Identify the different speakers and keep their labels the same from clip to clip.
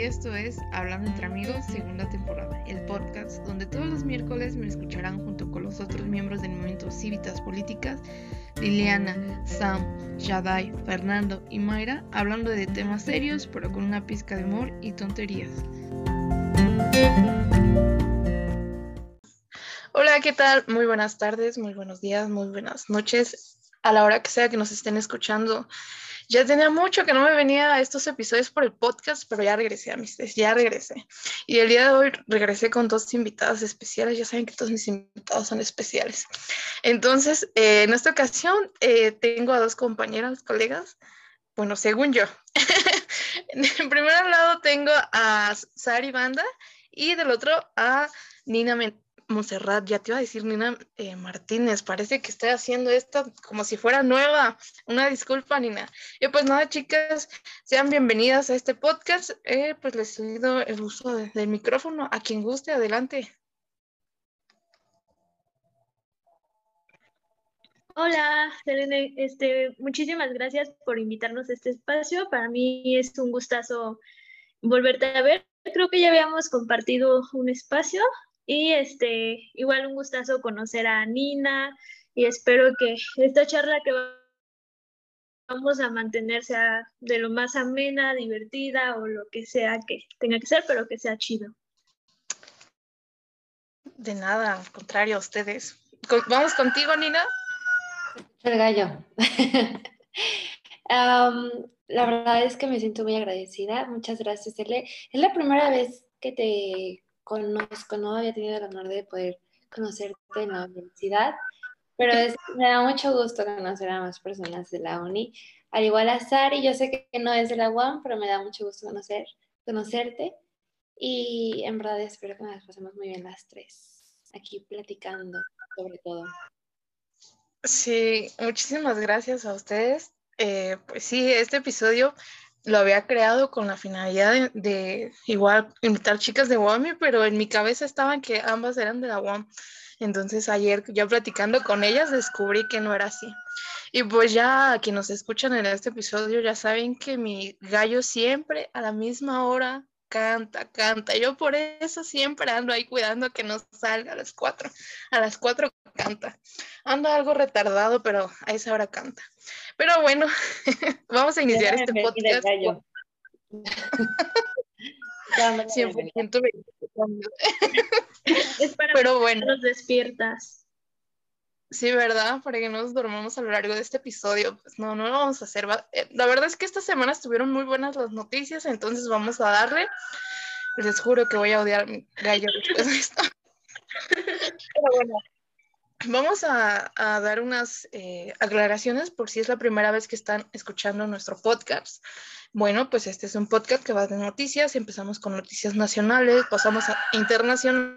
Speaker 1: esto es Hablando entre Amigos, segunda temporada, el podcast donde todos los miércoles me escucharán junto con los otros miembros del movimiento Cívitas Políticas, Liliana, Sam, Shadai, Fernando y Mayra, hablando de temas serios pero con una pizca de humor y tonterías. Hola, ¿qué tal? Muy buenas tardes, muy buenos días, muy buenas noches, a la hora que sea que nos estén escuchando. Ya tenía mucho que no me venía a estos episodios por el podcast, pero ya regresé, amistades, ya regresé. Y el día de hoy regresé con dos invitadas especiales. Ya saben que todos mis invitados son especiales. Entonces, en esta ocasión tengo a dos compañeras, colegas, bueno, según yo. En primer lado tengo a Sari Banda y del otro a Nina Montserrat. Ya te iba a decir Nina Martínez, parece que estoy haciendo esto como si fuera nueva. Una disculpa, Nina. Y pues nada, chicas, sean bienvenidas a este podcast. Pues les cedo el uso del micrófono. A quien guste, adelante.
Speaker 2: Hola, Selene, muchísimas gracias por invitarnos a este espacio. Para mí es un gustazo volverte a ver. Creo que ya habíamos compartido un espacio y igual un gustazo conocer a Nina y espero que esta charla que vamos a mantener sea de lo más amena, divertida o lo que sea que tenga que ser, pero que sea chido.
Speaker 1: De nada, al contrario, a ustedes. Vamos contigo, Nina.
Speaker 3: El gallo. La verdad es que me siento muy agradecida. Muchas gracias, Ele. Es la primera vez que te conozco, no había tenido el honor de poder conocerte en la universidad, pero me da mucho gusto conocer a más personas de la uni. Al igual a Sari, yo sé que no es de la UAM, pero me da mucho gusto conocerte y en verdad espero que nos pasemos muy bien las tres aquí platicando sobre todo.
Speaker 1: Sí, muchísimas gracias a ustedes. Pues sí, este episodio lo había creado con la finalidad de igual invitar chicas de UAMI, pero en mi cabeza estaban que ambas eran de la UAM. Entonces ayer ya platicando con ellas descubrí que no era así. Y pues ya a quienes nos escuchan en este episodio ya saben que mi gallo siempre a la misma hora canta. Yo por eso siempre ando ahí cuidando que no salga a las 4. A las 4 canta. Ando algo retardado, pero a esa hora canta. Pero bueno, vamos a iniciar este podcast. 100%
Speaker 2: Es para
Speaker 1: pero bueno,
Speaker 2: los despiertas.
Speaker 1: sí, ¿verdad? Para que no nos dormamos a lo largo de este episodio. Pues no lo vamos a hacer. La verdad es que esta semana estuvieron muy buenas las noticias, entonces vamos a darle. Les juro que voy a odiar a mi gallo después de esto. Pero bueno, vamos a dar unas aclaraciones por si es la primera vez que están escuchando nuestro podcast. Bueno, pues este es un podcast que va de noticias. Empezamos con noticias nacionales, pasamos a internacionales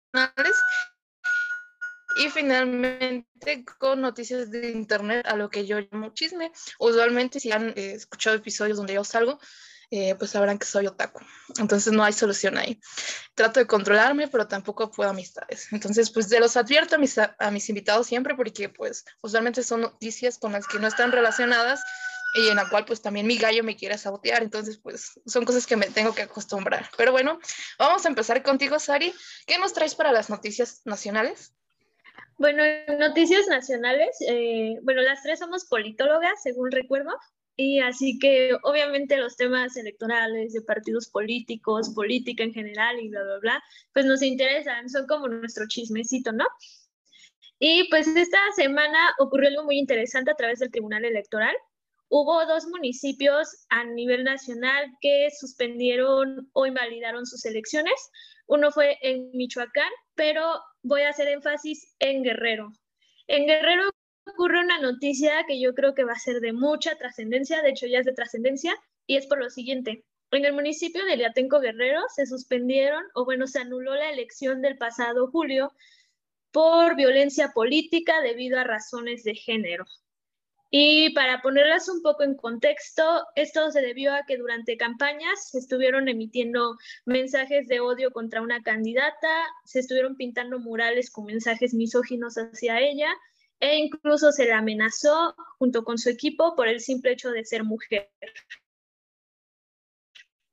Speaker 1: y finalmente con noticias de internet, a lo que yo llamo chisme. Usualmente si han escuchado episodios donde yo salgo, pues sabrán que soy otaku. Entonces no hay solución ahí. Trato de controlarme, pero tampoco puedo amistades. Entonces, pues se los advierto a mis invitados siempre porque pues usualmente son noticias con las que no están relacionadas y en la cual pues también mi gallo me quiere sabotear. Entonces, pues son cosas que me tengo que acostumbrar. Pero bueno, vamos a empezar contigo, Sari. ¿Qué nos traes para las noticias nacionales?
Speaker 2: Bueno, noticias nacionales, las tres somos politólogas, según recuerdo, y así que obviamente los temas electorales, de partidos políticos, política en general y bla, bla, bla, pues nos interesan, son como nuestro chismecito, ¿no? Y pues esta semana ocurrió algo muy interesante a través del Tribunal Electoral. Hubo dos municipios a nivel nacional que suspendieron o invalidaron sus elecciones. Uno fue en Michoacán, pero voy a hacer énfasis en Guerrero. En Guerrero ocurre una noticia que yo creo que va a ser de mucha trascendencia, de hecho ya es de trascendencia, y es por lo siguiente. En el municipio de Liatenco Guerrero se suspendieron, o bueno, se anuló la elección del pasado julio por violencia política debido a razones de género. Y para ponerlas un poco en contexto, esto se debió a que durante campañas se estuvieron emitiendo mensajes de odio contra una candidata, se estuvieron pintando murales con mensajes misóginos hacia ella e incluso se la amenazó junto con su equipo por el simple hecho de ser mujer.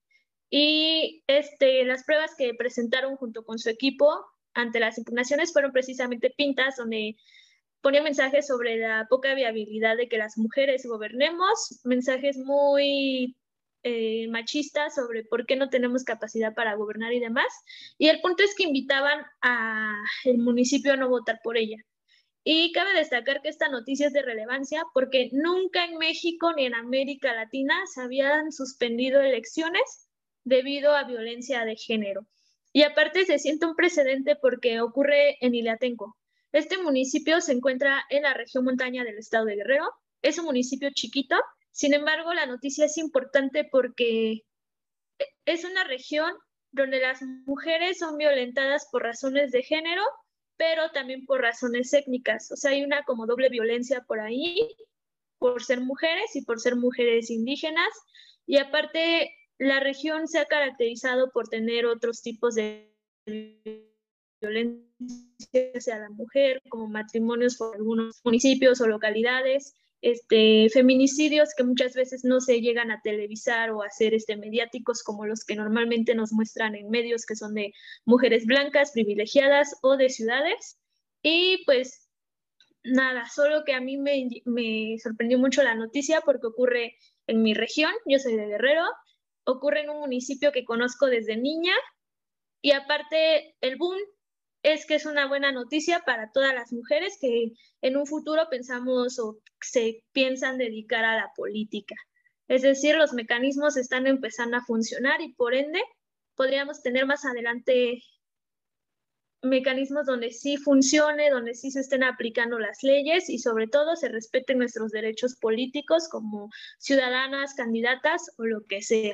Speaker 2: Y las pruebas que presentaron junto con su equipo ante las impugnaciones fueron precisamente pintas, donde ponía mensajes sobre la poca viabilidad de que las mujeres gobernemos, mensajes muy machistas sobre por qué no tenemos capacidad para gobernar y demás. Y el punto es que invitaban a el municipio a no votar por ella. Y cabe destacar que esta noticia es de relevancia porque nunca en México ni en América Latina se habían suspendido elecciones debido a violencia de género. Y aparte se siente un precedente porque ocurre en Ilatenco. Este municipio se encuentra en la región montaña del estado de Guerrero. Es un municipio chiquito, sin embargo la noticia es importante porque es una región donde las mujeres son violentadas por razones de género, pero también por razones étnicas. O sea, hay una como doble violencia por ahí, por ser mujeres y por ser mujeres indígenas. Y aparte, la región se ha caracterizado por tener otros tipos de violencia hacia la mujer, como matrimonios por algunos municipios o localidades, feminicidios que muchas veces no se llegan a televisar o a hacer mediáticos como los que normalmente nos muestran en medios que son de mujeres blancas, privilegiadas o de ciudades. Y pues nada, solo que a mí me sorprendió mucho la noticia porque ocurre en mi región, yo soy de Guerrero, ocurre en un municipio que conozco desde niña y aparte el boom es que es una buena noticia para todas las mujeres que en un futuro pensamos o se piensan dedicar a la política. Es decir, los mecanismos están empezando a funcionar y por ende podríamos tener más adelante mecanismos donde sí funcione, donde sí se estén aplicando las leyes y sobre todo se respeten nuestros derechos políticos como ciudadanas, candidatas o lo que sea.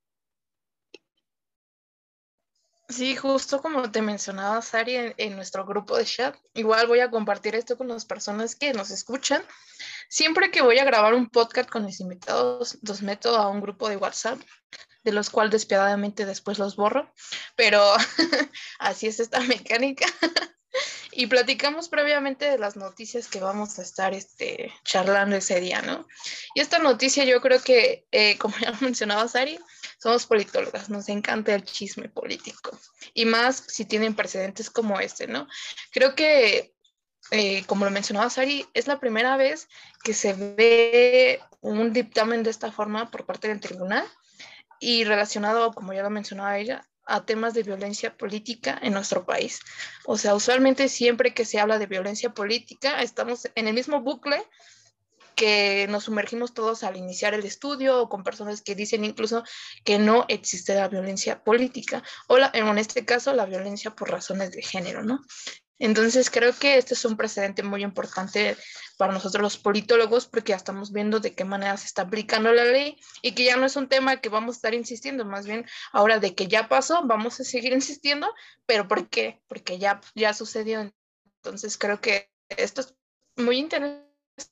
Speaker 1: Sí, justo como te mencionaba, Sari, en nuestro grupo de chat, igual voy a compartir esto con las personas que nos escuchan. Siempre que voy a grabar un podcast con mis invitados, los meto a un grupo de WhatsApp, de los cuales despiadadamente después los borro, pero así es esta mecánica. Y platicamos previamente de las noticias que vamos a estar charlando ese día, ¿no? Y esta noticia yo creo que, como ya mencionaba Sari, somos politólogas, nos encanta el chisme político. Y más si tienen precedentes como este, ¿no? Creo que, como lo mencionaba Sari, es la primera vez que se ve un dictamen de esta forma por parte del tribunal y relacionado, como ya lo mencionaba ella, a temas de violencia política en nuestro país. O sea, usualmente siempre que se habla de violencia política, estamos en el mismo bucle que nos sumergimos todos al iniciar el estudio o con personas que dicen incluso que no existe la violencia política o en este caso la violencia por razones de género, ¿no? Entonces creo que este es un precedente muy importante para nosotros los politólogos porque ya estamos viendo de qué manera se está aplicando la ley y que ya no es un tema que vamos a estar insistiendo, más bien ahora de que ya pasó, vamos a seguir insistiendo, pero ¿por qué? Porque ya sucedió. Entonces creo que esto es muy interesante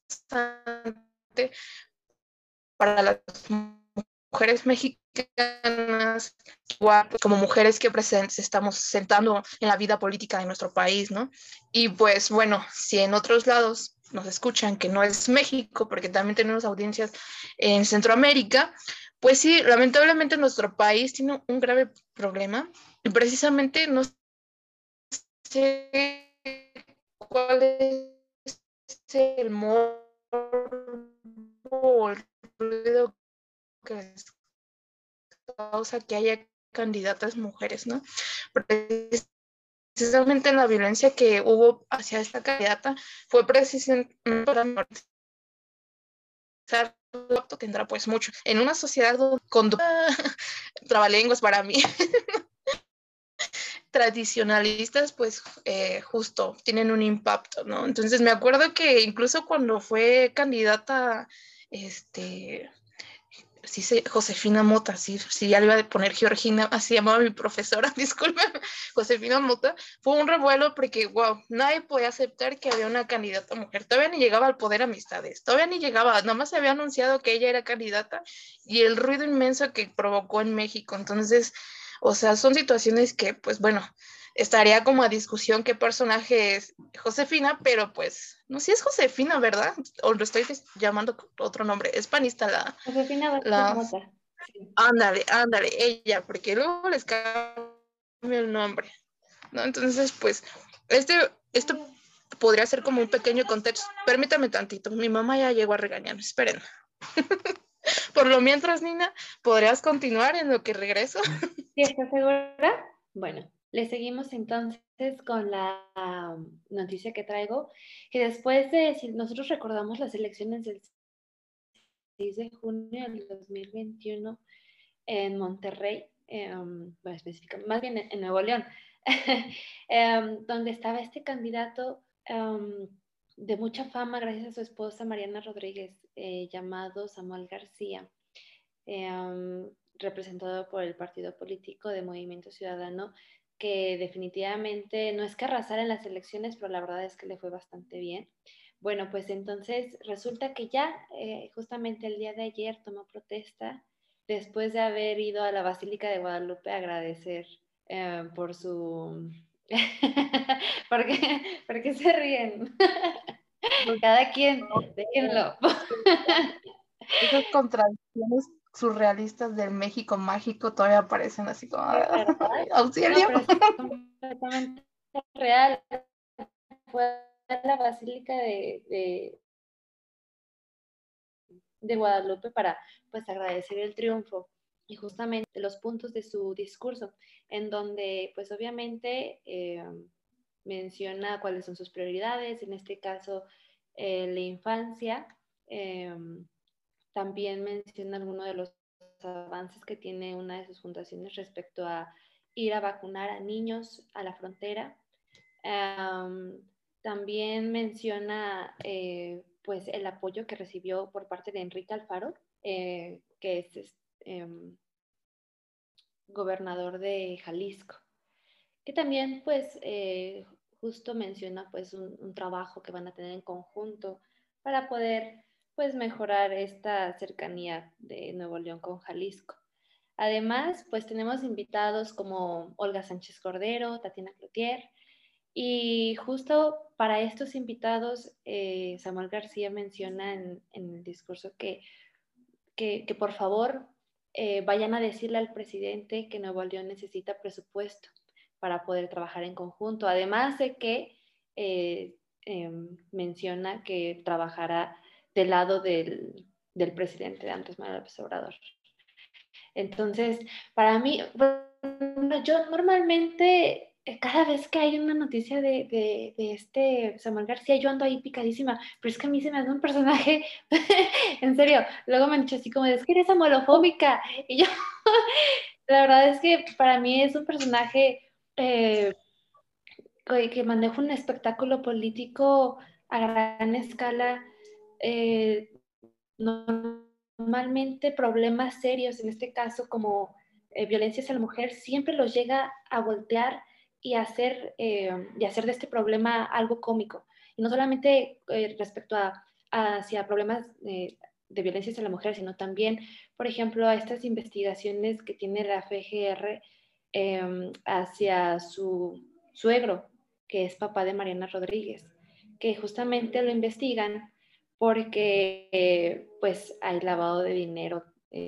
Speaker 1: para las mujeres mexicanas, igual como mujeres que estamos sentando en la vida política de nuestro país, ¿no? Y pues bueno, si en otros lados nos escuchan que no es México, porque también tenemos audiencias en Centroamérica, pues sí, lamentablemente nuestro país tiene un grave problema y precisamente no sé cuál es el morbo o el ruido que les causa que haya candidatas mujeres, ¿no? Precisamente la violencia que hubo hacia esta candidata fue precisamente para normalizar que tendrá pues mucho. En una sociedad con trabalenguas para mí, tradicionalistas, pues justo tienen un impacto, ¿no? Entonces me acuerdo que incluso cuando fue candidata, Josefina Mota, sí, ya le iba a poner Georgina, así llamaba mi profesora, disculpen, Josefina Mota, fue un revuelo porque, wow, nadie podía aceptar que había una candidata mujer, todavía ni llegaba al poder amistades, todavía ni llegaba, nada más se había anunciado que ella era candidata y el ruido inmenso que provocó en México, entonces, o sea, son situaciones que, pues bueno, estaría como a discusión qué personaje es Josefina, pero pues, no sé si es Josefina, ¿verdad? O lo estoy llamando otro nombre, es panista
Speaker 3: Josefina Vázquez
Speaker 1: la
Speaker 3: Mota. Sí.
Speaker 1: Ándale, ella, porque luego les cambio el nombre, ¿no? Entonces, pues, esto podría ser como un pequeño contexto. Permítame tantito, mi mamá ya llegó a regañarme, esperen. Por lo mientras, Nina, ¿podrías continuar en lo que regreso?
Speaker 3: ¿Sí estás segura? Bueno, le seguimos entonces con la noticia que traigo, que después de, si nosotros recordamos las elecciones del 6 de junio del 2021 en Monterrey, bueno, específicamente, más bien en Nuevo León, donde estaba este candidato de mucha fama gracias a su esposa Mariana Rodríguez, llamado Samuel García, representado por el partido político de Movimiento Ciudadano, que definitivamente no es que arrasara en las elecciones, pero la verdad es que le fue bastante bien. Bueno, pues entonces resulta que ya justamente el día de ayer tomó protesta después de haber ido a la Basílica de Guadalupe a agradecer por su... ¿Por qué se ríen? Cada quien, déjenlo.
Speaker 1: Esas contradicciones surrealistas del México mágico todavía aparecen así como
Speaker 3: Sí, ¿verdad? No,
Speaker 1: auxilio.
Speaker 3: pero es completamente real. Fue a la Basílica de Guadalupe para pues agradecer el triunfo y justamente los puntos de su discurso, en donde pues obviamente menciona cuáles son sus prioridades, en este caso la infancia, eh, también menciona algunos de los avances que tiene una de sus fundaciones respecto a ir a vacunar a niños a la frontera. También menciona pues el apoyo que recibió por parte de Enrique Alfaro, que es gobernador de Jalisco, que también pues justo menciona pues un trabajo que van a tener en conjunto para poder pues mejorar esta cercanía de Nuevo León con Jalisco. Además, pues tenemos invitados como Olga Sánchez Cordero, Tatiana Cloutier, y justo para estos invitados, Samuel García menciona en el discurso que por favor vayan a decirle al presidente que Nuevo León necesita presupuesto para poder trabajar en conjunto. Además de que menciona que trabajará del lado del presidente Andrés Manuel López Obrador. Entonces, para mí, bueno, yo normalmente, cada vez que hay una noticia de este Samuel García, yo ando ahí picadísima, pero es que a mí se me hace un personaje, en serio, luego me han dicho así como, es que eres amolofóbica, y yo, la verdad es que para mí es un personaje que maneja un espectáculo político a gran escala, eh, normalmente problemas serios, en este caso como violencia hacia la mujer, siempre los llega a voltear y hacer de este problema algo cómico. Y no solamente respecto hacia problemas de violencia hacia la mujer, sino también, por ejemplo, a estas investigaciones que tiene la FGR hacia su suegro, que es papá de Mariana Rodríguez, que justamente lo investigan porque pues hay lavado de dinero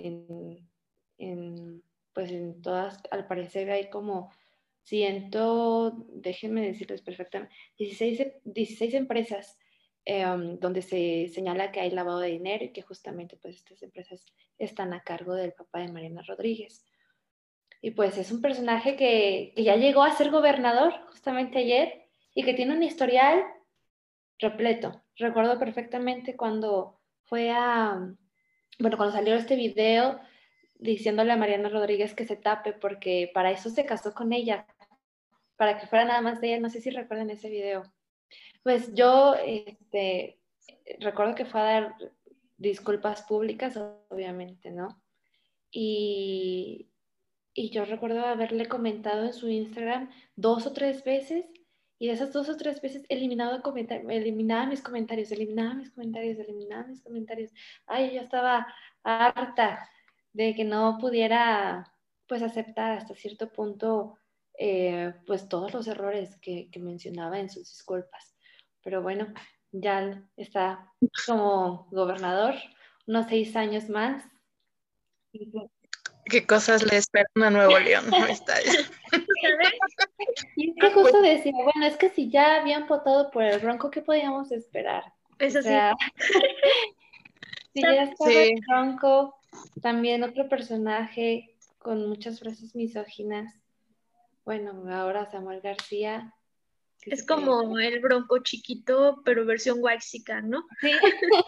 Speaker 3: pues en todas, al parecer hay como déjenme decirles perfectamente, 16 empresas donde se señala que hay lavado de dinero y que justamente pues estas empresas están a cargo del papá de Mariana Rodríguez. Y pues es un personaje que ya llegó a ser gobernador justamente ayer y que tiene un historial repleto. Recuerdo perfectamente cuando cuando salió este video diciéndole a Mariana Rodríguez que se tape porque para eso se casó con ella, para que fuera nada más de ella. No sé si recuerdan ese video. Pues yo recuerdo que fue a dar disculpas públicas, obviamente, ¿no? Y, y yo recuerdo haberle comentado en su Instagram 2 o 3 veces y de esas 2 o 3 veces eliminaba mis comentarios, eliminaba mis comentarios, eliminaba mis comentarios. Ay, yo estaba harta de que no pudiera pues aceptar hasta cierto punto pues todos los errores que mencionaba en sus disculpas. Pero bueno, ya está como gobernador unos 6 años más.
Speaker 1: ¿Qué cosas le esperan a Nuevo León? Amistades.
Speaker 2: ¿Sabes?
Speaker 3: Y es que justo decía, bueno, es que si ya habían votado por el Bronco, ¿qué podíamos esperar? O
Speaker 2: Eso sí.
Speaker 3: sea, si ya estaba el
Speaker 1: Sí,
Speaker 3: Bronco, también otro personaje con muchas frases misóginas. Bueno, ahora Samuel García, ¿qué se
Speaker 2: Es
Speaker 3: cree?
Speaker 2: como el Bronco chiquito, pero versión waxica, ¿no?
Speaker 3: Sí,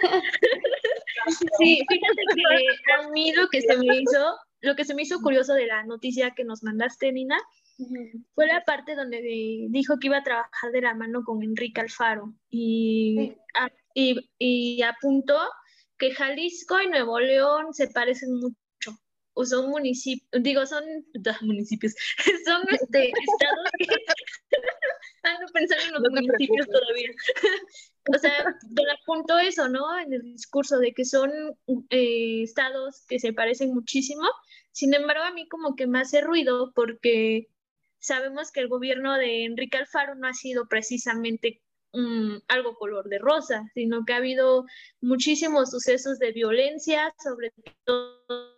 Speaker 2: Sí, fíjate que a mí lo que se me hizo curioso de la noticia que nos mandaste, Nina, fue la parte donde dijo que iba a trabajar de la mano con Enrique Alfaro
Speaker 3: sí.
Speaker 2: y apuntó que Jalisco y Nuevo León se parecen mucho. O son municipios, digo, son municipios, son estados que ando pensando en los
Speaker 1: no te
Speaker 2: municipios
Speaker 1: preocupes.
Speaker 2: todavía. O sea, le apuntó eso, ¿no? En el discurso de que son estados que se parecen muchísimo. Sin embargo, a mí como que me hace ruido porque sabemos que el gobierno de Enrique Alfaro no ha sido precisamente algo color de rosa, sino que ha habido muchísimos sucesos de violencia, sobre todo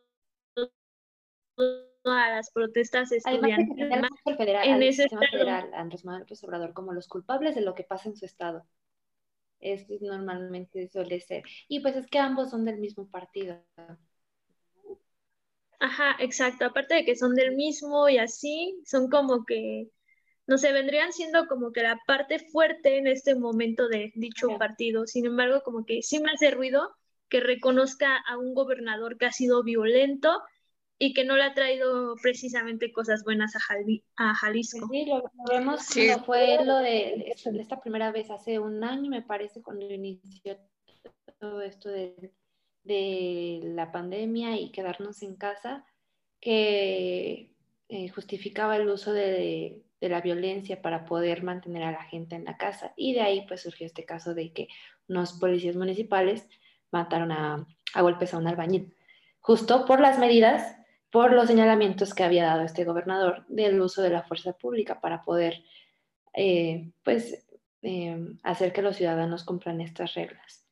Speaker 2: a las protestas
Speaker 3: Además de que
Speaker 2: estudiantiles
Speaker 3: señala mucho
Speaker 2: en
Speaker 3: al
Speaker 2: ese
Speaker 3: sistema
Speaker 2: estado.
Speaker 3: federal, Andrés Manuel López Obrador, como los culpables de lo que pasa en su estado. Es normalmente suele ser. Y pues es que ambos son del mismo partido.
Speaker 2: Ajá, exacto. Aparte de que son del mismo y así, son como que, no sé, vendrían siendo como que la parte fuerte en este momento de dicho
Speaker 3: Claro.
Speaker 2: partido. Sin embargo, como que sí me hace ruido que reconozca a un gobernador que ha sido violento y que no le ha traído precisamente cosas buenas a
Speaker 3: Pues
Speaker 2: Jalisco.
Speaker 3: sí, lo vemos
Speaker 1: Sí,
Speaker 3: cuando fue lo de esta primera vez, hace un año, me parece, cuando inició todo esto de la pandemia y quedarnos en casa, que justificaba el uso de la violencia para poder mantener a la gente en la casa. Y de ahí pues surgió este caso de que unos policías municipales mataron a golpes a un albañil, justo por las medidas, por los señalamientos que había dado este gobernador del uso de la fuerza pública para poder pues hacer que los ciudadanos cumplan estas reglas.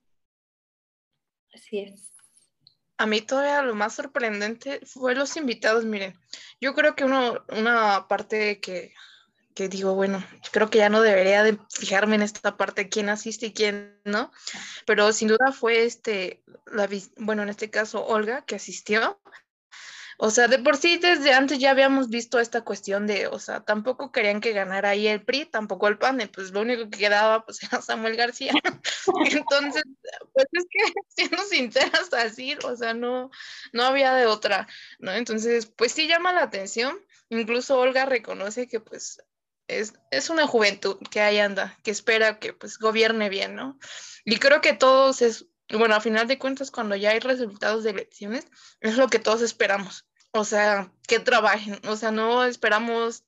Speaker 3: Así es.
Speaker 1: a mí todavía lo más sorprendente fue los invitados. Miren, yo creo que una parte que digo, bueno, creo que ya no debería de fijarme en esta parte, quién asiste y quién no, pero sin duda fue bueno, en este caso Olga, que asistió. O sea, de por sí desde antes ya habíamos visto esta cuestión de, o sea, tampoco querían que ganara ahí el PRI, tampoco el PAN, y pues lo único que quedaba pues era Samuel García. Entonces, pues es que siendo sinceras así, o sea, no había de otra, ¿no? Entonces, pues sí llama la atención. Incluso Olga reconoce que pues es una juventud que ahí anda, que espera que pues gobierne bien, ¿no? Y creo que todos bueno, a final de cuentas, cuando ya hay resultados de elecciones, es lo que todos esperamos. O sea, que trabajen. O sea, no esperamos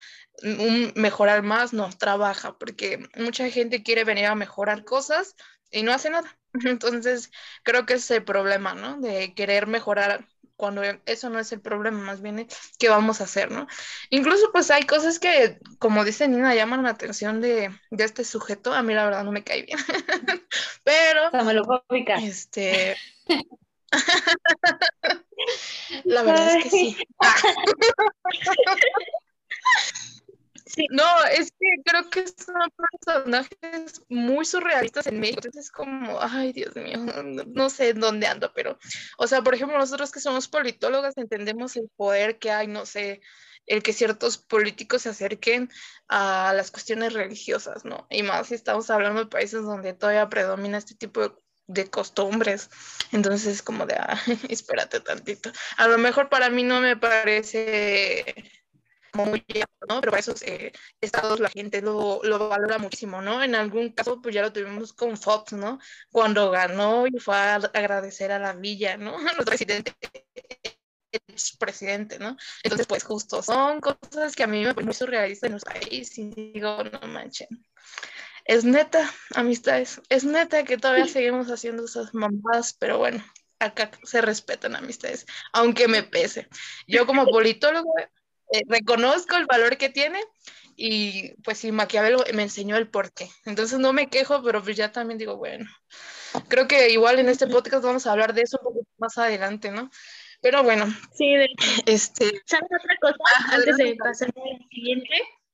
Speaker 1: mejorar más, no, trabaja, porque mucha gente quiere venir a mejorar cosas y no hace nada. Entonces, creo que ese es el problema, ¿no? De querer mejorar cuando eso no es el problema, más bien es qué vamos a hacer, ¿no? Incluso pues hay cosas que, como dice Nina, llaman la atención de este sujeto. A mí la verdad no me cae bien. Pero,
Speaker 3: Samuelofóbica.
Speaker 1: la verdad es que
Speaker 3: Ay.
Speaker 1: sí.
Speaker 2: Sí,
Speaker 1: No, es que creo que son personajes muy surrealistas en México. Entonces es como, ay, Dios mío, no sé en dónde ando, pero, o sea, por ejemplo, nosotros que somos politólogas entendemos el poder que hay, no sé, el que ciertos políticos se acerquen a las cuestiones religiosas, ¿no? Y más si estamos hablando de países donde todavía predomina este tipo de costumbres. Entonces es como de, espérate tantito. A lo mejor para mí no me parece muy alto, ¿no? Pero para esos estados la gente lo valora muchísimo, ¿no? En algún caso, pues ya lo tuvimos con Fox, ¿no? Cuando ganó y fue a agradecer a la villa, ¿no? A nuestro presidente, presidente, ¿no? Entonces, pues justo, son cosas que a mí me parecen muy surrealistas en nuestro país y digo, no manchen. Es neta, amistades, es neta que todavía seguimos haciendo esas mamadas, pero bueno, acá se respetan amistades, aunque me pese. Yo como politólogo reconozco el valor que tiene y pues sí, Maquiavelo me enseñó el porqué. Entonces no me quejo, pero pues ya también digo, bueno, creo que igual en este podcast vamos a hablar de eso un poco más adelante, ¿no? Pero bueno,
Speaker 2: Sí, de hecho.
Speaker 1: este,
Speaker 2: ¿Sabes otra cosa? Antes
Speaker 1: adelante.
Speaker 2: de pasar al siguiente,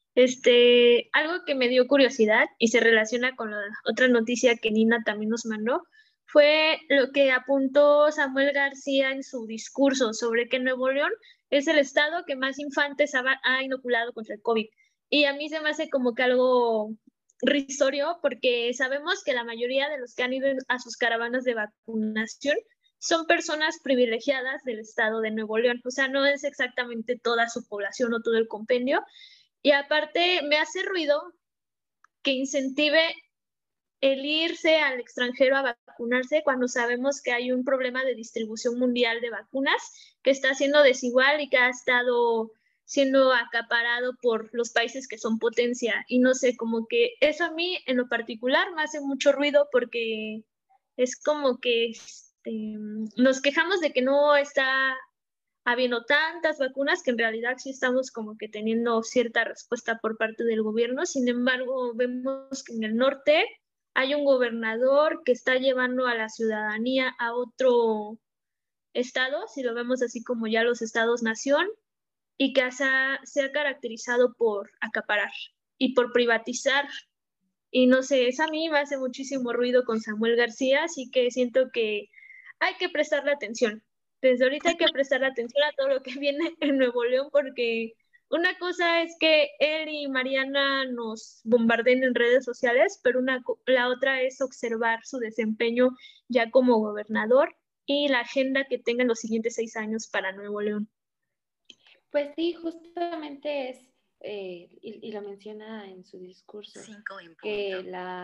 Speaker 2: algo que me dio curiosidad y se relaciona con la otra noticia que Nina también nos mandó, fue lo que apuntó Samuel García en su discurso sobre que Nuevo León es el estado que más infantes ha inoculado contra el COVID. Y a mí se me hace como que algo risorio porque sabemos que la mayoría de los que han ido a sus caravanas de vacunación son personas privilegiadas del estado de Nuevo León, o sea, no es exactamente toda su población o todo el compendio. Y aparte, me hace ruido que incentive el irse al extranjero a vacunarse cuando sabemos que hay un problema de distribución mundial de vacunas que está siendo desigual y que ha estado siendo acaparado por los países que son potencia. Y no sé, como que eso a mí en lo particular me hace mucho ruido porque es como que nos quejamos de que no está habiendo tantas vacunas que en realidad sí estamos como que teniendo cierta respuesta por parte del gobierno. Sin embargo, vemos que en el norte hay un gobernador que está llevando a la ciudadanía a otro estado, si lo vemos así como ya los estados-nación, y que se ha caracterizado por acaparar y por privatizar. Y no sé, eso a mí me hace muchísimo ruido con Samuel García, así que siento que hay que prestarle atención. Desde ahorita hay que prestarle atención a todo lo que viene en Nuevo León, porque una cosa es que él y Mariana nos bombarden en redes sociales, pero la otra es observar su desempeño ya como gobernador y la agenda que tenga en los siguientes 6 años para Nuevo León.
Speaker 3: Pues sí, justamente es, y lo menciona en su discurso, que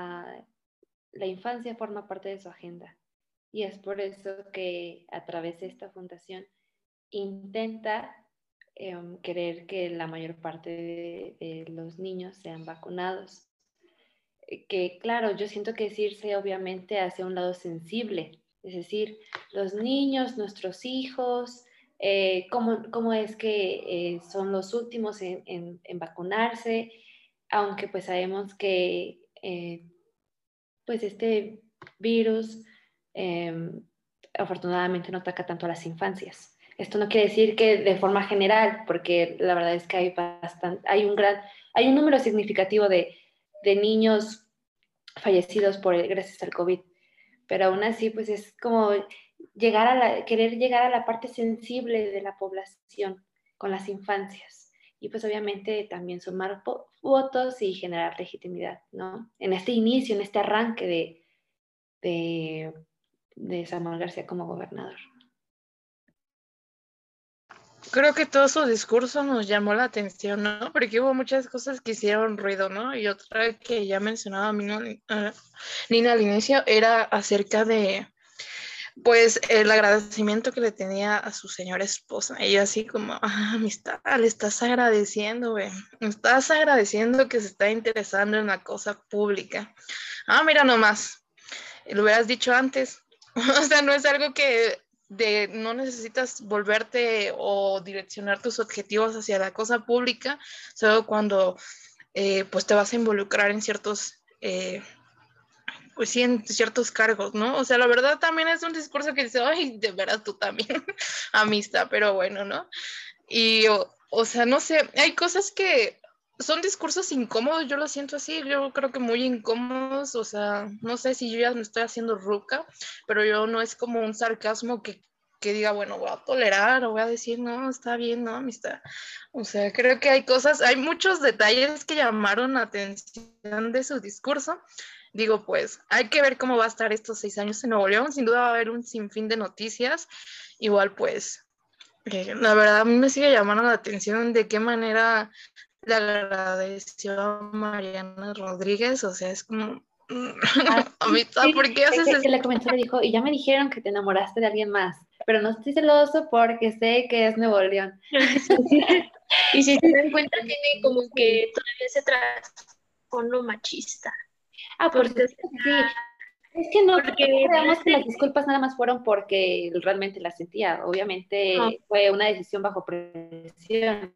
Speaker 3: la infancia forma parte de su agenda. Y es por eso que a través de esta fundación intenta querer que la mayor parte de los niños sean vacunados. Que claro, yo siento que es irse obviamente hacia un lado sensible, es decir, los niños, nuestros hijos, cómo es que son los últimos en vacunarse, aunque pues sabemos que pues este virus afortunadamente no ataca tanto a las infancias. Esto no quiere decir que de forma general, porque la verdad es que hay un número significativo de niños fallecidos gracias al COVID, pero aún así pues es como querer llegar a la parte sensible de la población con las infancias y pues obviamente también sumar votos y generar legitimidad, ¿no? En este inicio, en este arranque de Samuel García como gobernador.
Speaker 1: Creo que todo su discurso nos llamó la atención, ¿no? Porque hubo muchas cosas que hicieron ruido, ¿no? Y otra que ya mencionaba Nina al inicio era acerca de, pues, el agradecimiento que le tenía a su señora esposa. Ella así como, amistad, le estás agradeciendo, güey. Estás agradeciendo que se está interesando en la cosa pública. Mira nomás, lo hubieras dicho antes. O sea, no es algo que no necesitas volverte o direccionar tus objetivos hacia la cosa pública, solo cuando pues te vas a involucrar en pues sí, en ciertos cargos, ¿no? O sea, la verdad también es un discurso que dice, ay, de veras tú también, amistad, pero bueno, ¿no? Y, o sea, no sé, hay cosas que son discursos incómodos, yo lo siento así, yo creo que muy incómodos, o sea, no sé si yo ya me estoy haciendo ruca, pero yo no es como un sarcasmo que diga, bueno, voy a tolerar o voy a decir, no, está bien, no, amistad. O sea, creo que hay muchos detalles que llamaron la atención de su discurso. Digo, pues, hay que ver cómo va a estar estos 6 años en Nuevo León, sin duda va a haber un sinfín de noticias, igual pues la verdad, a mí me sigue llamando la atención de qué manera le agradeció a Mariana Rodríguez, o sea, es como, amistad,
Speaker 3: Sí,
Speaker 1: ¿por qué haces
Speaker 3: que
Speaker 1: eso?
Speaker 3: le comenzó, le dijo, y ya me dijeron que te enamoraste de alguien más, pero no estoy celoso porque sé que es Nuevo León.
Speaker 2: Y si se dan cuenta, tiene como que todavía ese trasfondo machista.
Speaker 3: Por
Speaker 2: Porque,
Speaker 3: supuesto que sí. Es que no
Speaker 2: porque
Speaker 3: creamos que las disculpas nada más fueron porque él realmente las sentía. Obviamente fue una decisión bajo presión.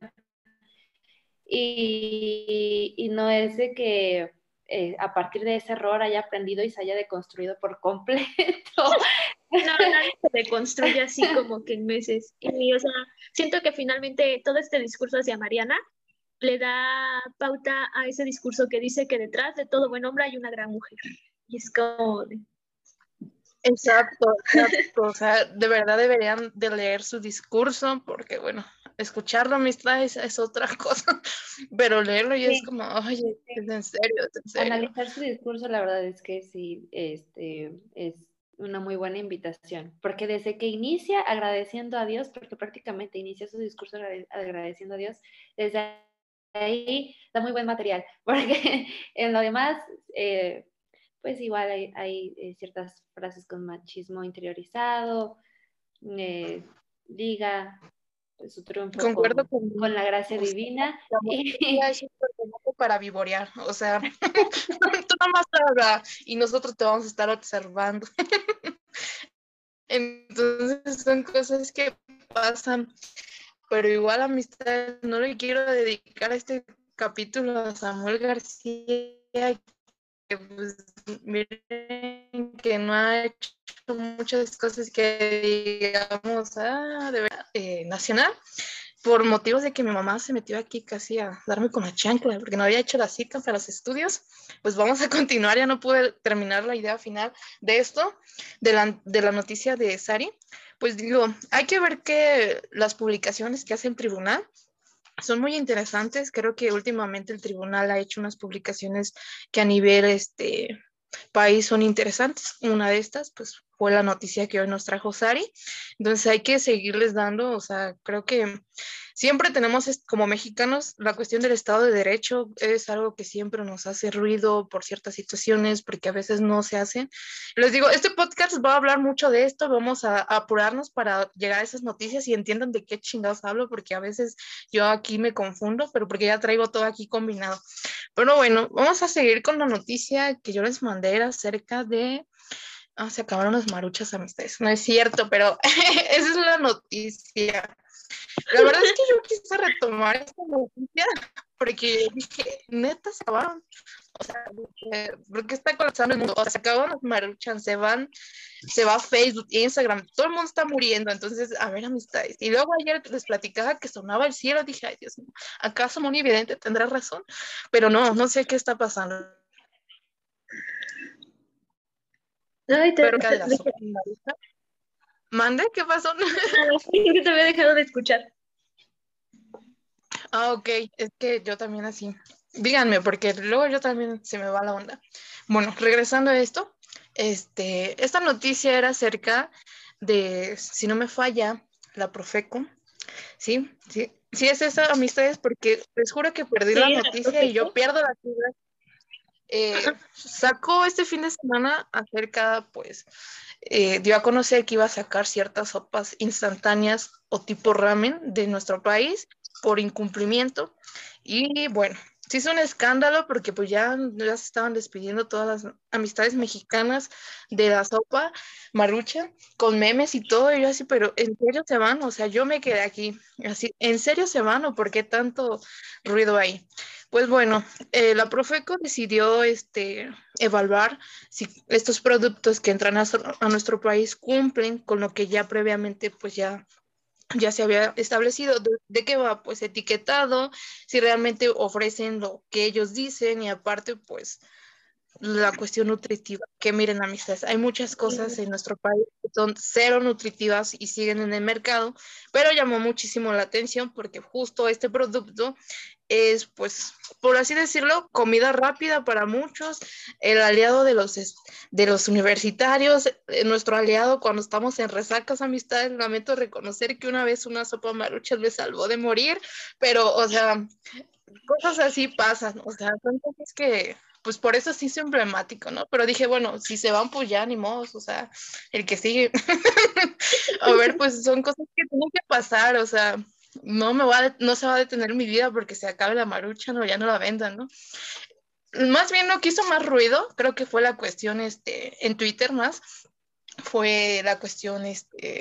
Speaker 3: Y no es de que a partir de ese error haya aprendido y se haya deconstruido por completo.
Speaker 2: No, nadie se reconstruye así como que en meses. Y, o sea, siento que finalmente todo este discurso hacia Mariana le da pauta a ese discurso que dice que detrás de todo buen hombre hay una gran mujer. Y es como de,
Speaker 1: Exacto, exacto. O sea, de verdad deberían de leer su discurso porque, bueno, escucharlo, amistades, es otra cosa, pero leerlo ya es
Speaker 3: Sí,
Speaker 1: como, oye,
Speaker 3: sí.
Speaker 1: es en serio, es en serio.
Speaker 3: Analizar su discurso, la verdad es que sí, es una muy buena invitación, porque desde que inicia agradeciendo a Dios, porque prácticamente inicia su discurso agradeciendo a Dios, desde ahí da muy buen material, porque en lo demás, pues igual hay ciertas frases con machismo interiorizado, liga pues, su triunfo
Speaker 1: Concuerdo
Speaker 3: con
Speaker 1: con
Speaker 3: la gracia
Speaker 1: o sea,
Speaker 3: divina.
Speaker 1: la monarquía es un personaje para vivorear, o sea, tú nomás habla y nosotros te vamos a estar observando. Entonces son cosas que pasan, pero igual amistad, no le quiero dedicar este capítulo a Samuel García, que pues miren que no ha hecho muchas cosas que digamos, de verdad, nacional, por motivos de que mi mamá se metió aquí casi a darme con la chancla, porque no había hecho la cita para los estudios. Pues vamos a continuar, ya no pude terminar la idea final de esto, de la noticia de Sari. Pues digo, hay que ver que las publicaciones que hace el tribunal son muy interesantes. Creo que últimamente el tribunal ha hecho unas publicaciones que a nivel país son interesantes. Una de estas, pues, fue la noticia que hoy nos trajo Sari. Entonces hay que seguirles dando, o sea, creo que siempre tenemos como mexicanos la cuestión del Estado de Derecho, es algo que siempre nos hace ruido por ciertas situaciones, porque a veces no se hacen. Les digo, este podcast va a hablar mucho de esto, vamos a apurarnos para llegar a esas noticias y entiendan de qué chingados hablo, porque a veces yo aquí me confundo, pero porque ya traigo todo aquí combinado. Pero bueno, vamos a seguir con la noticia que yo les mandé acerca de... Ah, se acabaron las maruchas, amistades. No es cierto, pero esa es la noticia. La verdad es que yo quise retomar esta noticia porque dije, neta, se acabaron. O sea, porque está colapsando el mundo. O sea, se acaban las maruchas, se va Facebook, Instagram, todo el mundo está muriendo. Entonces, a ver, amistades. Y luego ayer les platicaba que sonaba el cielo. Dije, ay, Dios mío, ¿acaso Moni Vidente tendrá razón? Pero no, no sé qué está pasando.
Speaker 2: ay,
Speaker 1: Pero de la sopa marucha. ¿Mande? ¿Qué pasó?
Speaker 2: nada, que te había dejado de escuchar.
Speaker 1: Ah, ok, es que yo también así. Díganme, porque luego yo también se me va la onda. Bueno, regresando a esto, esta noticia era acerca de, si no me falla, la Profeco. Sí, sí, sí es esa, amistades, porque les juro que perdí la
Speaker 2: Sí, la
Speaker 1: noticia y yo
Speaker 2: Profeco.
Speaker 1: pierdo la fibra. Sacó este fin de semana acerca, pues, dio a conocer que iba a sacar ciertas sopas instantáneas o tipo ramen de nuestro país por incumplimiento. Y bueno, se hizo un escándalo porque pues ya se estaban despidiendo todas las amistades mexicanas de la sopa marucha con memes y todo. Y yo así, pero ¿en serio se van? O sea, yo me quedé aquí, así, ¿en serio se van o por qué tanto ruido ahí? Pues bueno, la Profeco decidió evaluar si estos productos que entran a nuestro país cumplen con lo que ya previamente pues ya se había establecido. ¿De qué va? Pues etiquetado, si realmente ofrecen lo que ellos dicen y aparte pues la cuestión nutritiva, que miren amistades, hay muchas cosas en nuestro país que son cero nutritivas y siguen en el mercado, pero llamó muchísimo la atención porque justo este producto es, pues, por así decirlo, comida rápida para muchos, el aliado de los universitarios, nuestro aliado cuando estamos en resacas, amistades. Lamento reconocer que una vez una sopa marucha me salvó de morir, pero, o sea, cosas así pasan, o sea, son cosas que, pues por eso sí es emblemático, ¿no? Pero dije, bueno, si se van, pues ya, ni modo, o sea, el que sigue. A ver, pues son cosas que tienen que pasar, o sea, no se va a detener mi vida porque se acabe la marucha, no, ya no la vendan, ¿no? Más bien lo que hizo más ruido, creo que fue la cuestión, en Twitter más, fue la cuestión,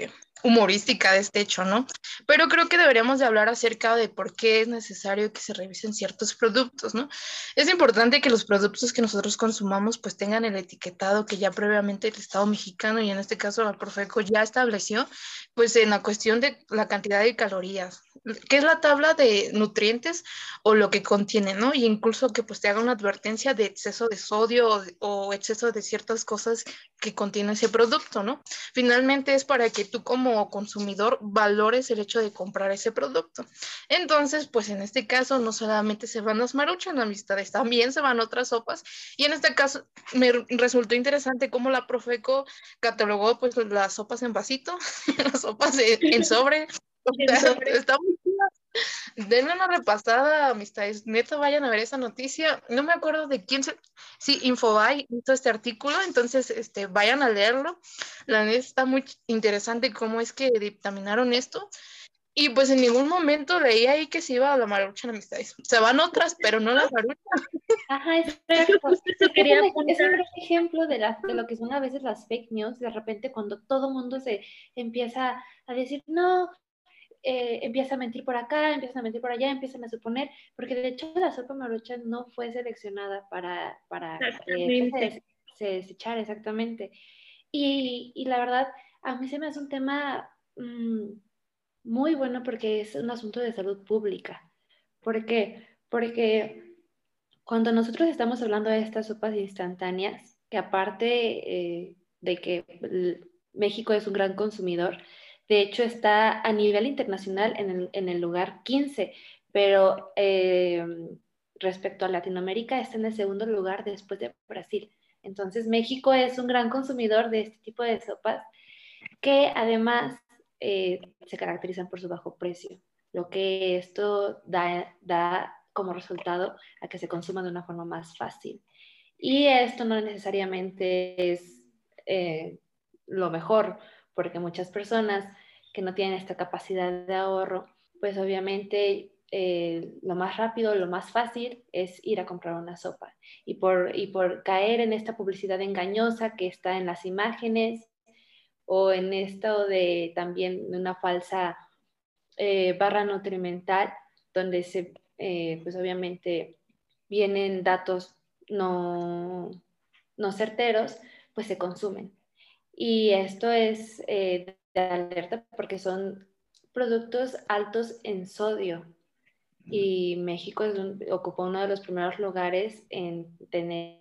Speaker 1: humorística de este hecho, ¿no? Pero creo que deberíamos de hablar acerca de por qué es necesario que se revisen ciertos productos, ¿no? Es importante que los productos que nosotros consumamos pues tengan el etiquetado que ya previamente el Estado mexicano y en este caso la Profeco ya estableció, pues en la cuestión de la cantidad de calorías, que es la tabla de nutrientes o lo que contiene, ¿no? Y incluso que pues te haga una advertencia de exceso de sodio o exceso de ciertas cosas que contiene ese producto, ¿no? Finalmente es para que tú como consumidor valores el hecho de comprar ese producto. Entonces, pues en este caso no solamente se van las Maruchan, amistades, también se van otras sopas. Y en este caso me resultó interesante cómo la Profeco catalogó pues las sopas en vasito, las sopas en sobre. O
Speaker 2: En
Speaker 1: sea,
Speaker 2: sobre.
Speaker 1: está muy chida. Denle una repasada, amistades. Neta, vayan a ver esa noticia. No me acuerdo de quién se. Sí, Infobae hizo este artículo, entonces vayan a leerlo. La neta está muy interesante cómo es que dictaminaron esto. Y pues en ningún momento leí ahí que se iba a la Maruchan, amistades. Se van otras, pero no la Maruchan.
Speaker 3: Ajá,
Speaker 2: De hecho,
Speaker 3: exacto.
Speaker 2: justo
Speaker 3: Es
Speaker 2: eso
Speaker 3: que
Speaker 2: quería
Speaker 3: es un
Speaker 2: apuntar.
Speaker 3: gran ejemplo de lo que son a veces las fake news, de repente cuando todo mundo se empieza a decir, no, empieza a mentir por acá, empiezan a mentir por allá, empiezan a suponer, porque de hecho la sopa maruchan no fue seleccionada para que
Speaker 2: Exactamente.
Speaker 3: se desechara exactamente. Y la verdad, a mí se me hace un tema muy bueno porque es un asunto de salud pública. ¿Por qué? Porque cuando nosotros estamos hablando de estas sopas instantáneas, que aparte de que México es un gran consumidor, de hecho está a nivel internacional en el lugar 15, pero respecto a Latinoamérica está en el segundo lugar después de Brasil. Entonces México es un gran consumidor de este tipo de sopas que además se caracterizan por su bajo precio, lo que esto da como resultado a que se consuma de una forma más fácil. Y esto no necesariamente es lo mejor, porque muchas personas que no tienen esta capacidad de ahorro, pues obviamente lo más rápido, lo más fácil es ir a comprar una sopa. Y por caer en esta publicidad engañosa que está en las imágenes o en esto de también una falsa barra nutrimental, donde pues obviamente vienen datos no, no certeros, pues se consumen. Y esto es de alerta porque son productos altos en sodio y México ocupa uno de los primeros lugares en tener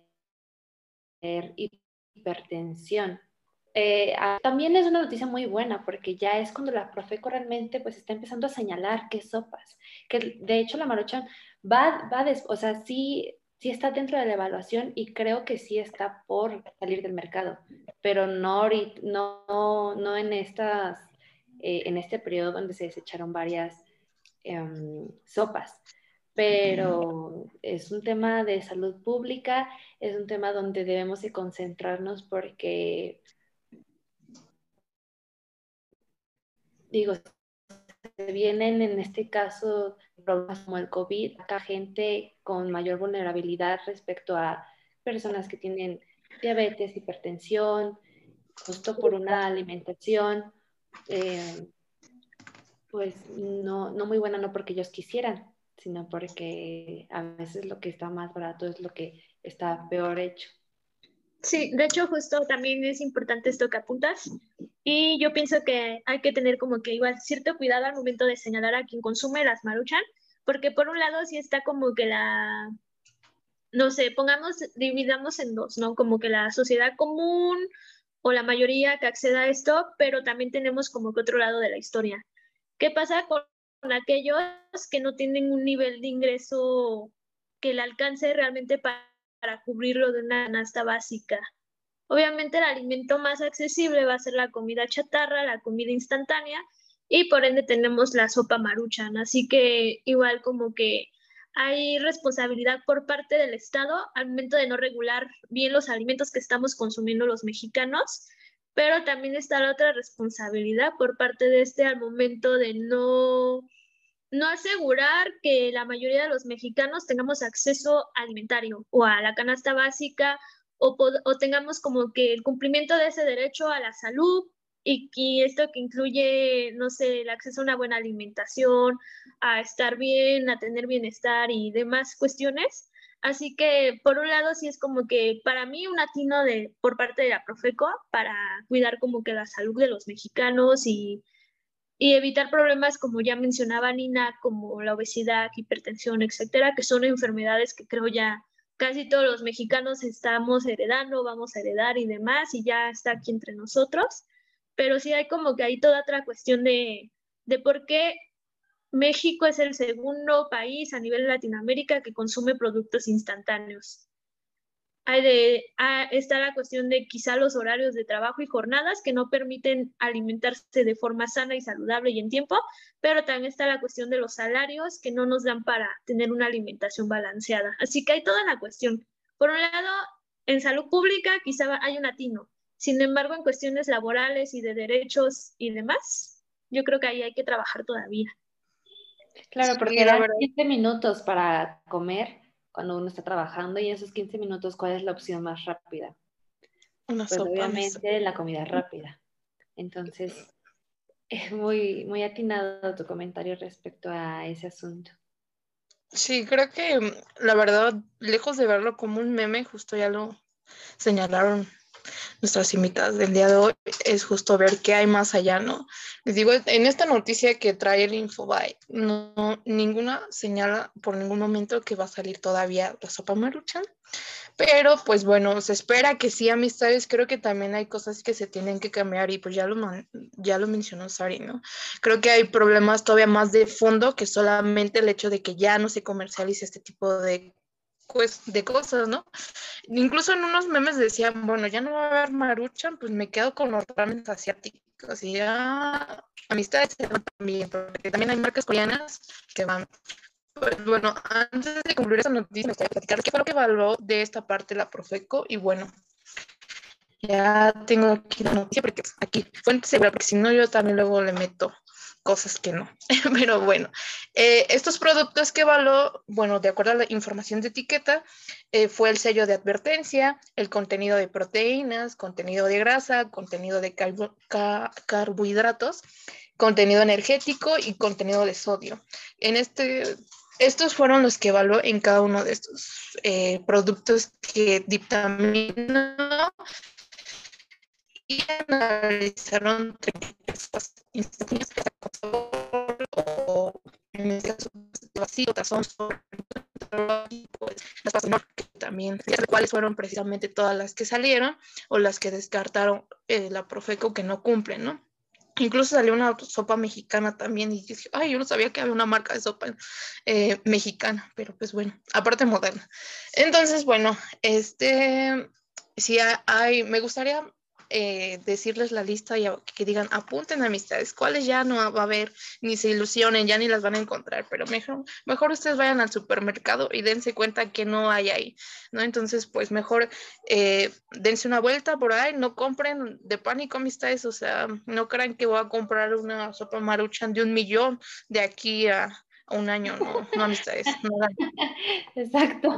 Speaker 3: hipertensión. También es una noticia muy buena porque ya es cuando la Profeco realmente pues está empezando a señalar qué sopas, que de hecho la Maruchan o sea, sí está dentro de la evaluación y creo que sí está por salir del mercado, pero no en este periodo donde se desecharon varias sopas. Pero es un tema de salud pública, es un tema donde debemos de concentrarnos porque digo, se vienen en este caso problemas como el COVID, acá gente con mayor vulnerabilidad respecto a personas que tienen diabetes, hipertensión, justo por una alimentación, pues no muy buena, no porque ellos quisieran, sino porque a veces lo que está más barato es lo que está peor hecho.
Speaker 2: Sí, de hecho, justo también es importante esto que apuntas. Y yo pienso que hay que tener como que igual cierto cuidado al momento de señalar a quien consume las Maruchan, porque por un lado sí está como que no sé, dividamos en dos, ¿no? Como que la sociedad común o la mayoría que acceda a esto, pero también tenemos como que otro lado de la historia. ¿Qué pasa con aquellos que no tienen un nivel de ingreso que le alcance realmente para cubrirlo de una canasta básica? Obviamente el alimento más accesible va a ser la comida chatarra, la comida instantánea y por ende tenemos la sopa Maruchan. Así que igual como que hay responsabilidad por parte del Estado al momento de no regular bien los alimentos que estamos consumiendo los mexicanos, pero también está la otra responsabilidad por parte de al momento de no asegurar que la mayoría de los mexicanos tengamos acceso alimentario o a la canasta básica o tengamos como que el cumplimiento de ese derecho a la salud y esto que incluye, no sé, el acceso a una buena alimentación, a estar bien, a tener bienestar y demás cuestiones. Así que, por un lado, sí es como que para mí un atino por parte de la Profeco para cuidar como que la salud de los mexicanos y evitar problemas como ya mencionaba Nina, como la obesidad, hipertensión, etcétera, que son enfermedades que creo ya casi todos los mexicanos estamos heredando, vamos a heredar y demás, y ya está aquí entre nosotros. Pero sí hay como que hay toda otra cuestión de por qué México es el segundo país a nivel de Latinoamérica que consume productos instantáneos. Está la cuestión de quizá los horarios de trabajo y jornadas que no permiten alimentarse de forma sana y saludable y en tiempo, pero también está la cuestión de los salarios que no nos dan para tener una alimentación balanceada. Así que hay toda la cuestión. Por un lado, en salud pública quizá hay un atino. Sin embargo, en cuestiones laborales y de derechos y demás, yo creo que ahí hay que trabajar todavía.
Speaker 3: Claro,
Speaker 1: Sí,
Speaker 3: porque
Speaker 1: la
Speaker 3: dan
Speaker 1: verdad,
Speaker 3: 15 minutos para comer cuando uno está trabajando y en esos 15 minutos, ¿cuál es la opción más rápida?
Speaker 1: una
Speaker 3: Pues
Speaker 1: sopa,
Speaker 3: obviamente la comida rápida. Entonces, es muy, muy atinado tu comentario respecto a ese asunto.
Speaker 1: Sí, creo que la verdad, lejos de verlo como un meme, justo ya lo señalaron nuestras invitadas del día de hoy, es justo ver qué hay más allá, ¿no? Les digo, en esta noticia que trae el Infobae, no, ninguna señala por ningún momento que va a salir todavía la sopa Maruchan, pero pues bueno, se espera que sí, amistades. Creo que también hay cosas que se tienen que cambiar y pues ya lo mencionó Sari, ¿no? Creo que hay problemas todavía más de fondo que solamente el hecho de que ya no se comercialice este tipo de cosas, ¿no? Incluso en unos memes decían, bueno, ya no va a haber Maruchan, pues me quedo con los ramen asiáticos y ya amistades también, porque también hay marcas coreanas que van. Pues bueno, antes de concluir esta noticia, me gustaría platicar qué fue lo que evaluó de esta parte la Profeco. Y bueno, ya tengo aquí la noticia porque aquí fuente segura, porque si no yo también luego le meto cosas que no. Pero bueno, estos productos que evaluó, bueno, de acuerdo a la información de etiqueta, fue el sello de advertencia, el contenido de proteínas, contenido de grasa, contenido de carbohidratos, contenido energético y contenido de sodio. Estos fueron los que evaluó en cada uno de estos productos que dictaminó y analizaron 33 instantáneas o en este caso vacío, tazón, pues, las pasas que también, cuáles fueron precisamente todas las que salieron o las que descartaron la Profeco que no cumplen, ¿no? Incluso salió una sopa mexicana también y dije, ay, yo no sabía que había una marca de sopa mexicana, pero pues bueno, aparte moderna. Entonces, bueno, sí me gustaría decirles la lista y que digan, apunten amistades, cuáles ya no va a haber, ni se ilusionen, ya ni las van a encontrar, pero mejor ustedes vayan al supermercado y dense cuenta que no hay ahí, ¿no? Entonces, pues mejor dense una vuelta por ahí, no compren de pánico amistades, o sea, no crean que voy a comprar una sopa Maruchan de 1 millón de aquí a un año, no amistades, no.
Speaker 3: Exacto.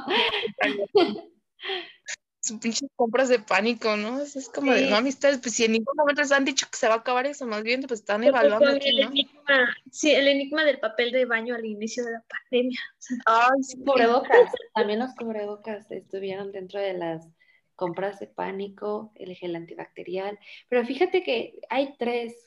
Speaker 1: Sus pinches compras de pánico, ¿no? Es como de, no,
Speaker 3: Sí,
Speaker 1: amistades, pues si en ningún momento les han dicho que se va a acabar eso, más bien, pues están
Speaker 2: Como
Speaker 1: evaluando
Speaker 2: con
Speaker 1: aquí, ¿no?
Speaker 2: el enigma del papel de baño al inicio de la pandemia.
Speaker 1: Ay, sí.
Speaker 3: cubrebocas. También los cubrebocas estuvieron dentro de las compras de pánico, el gel antibacterial. Pero fíjate que hay tres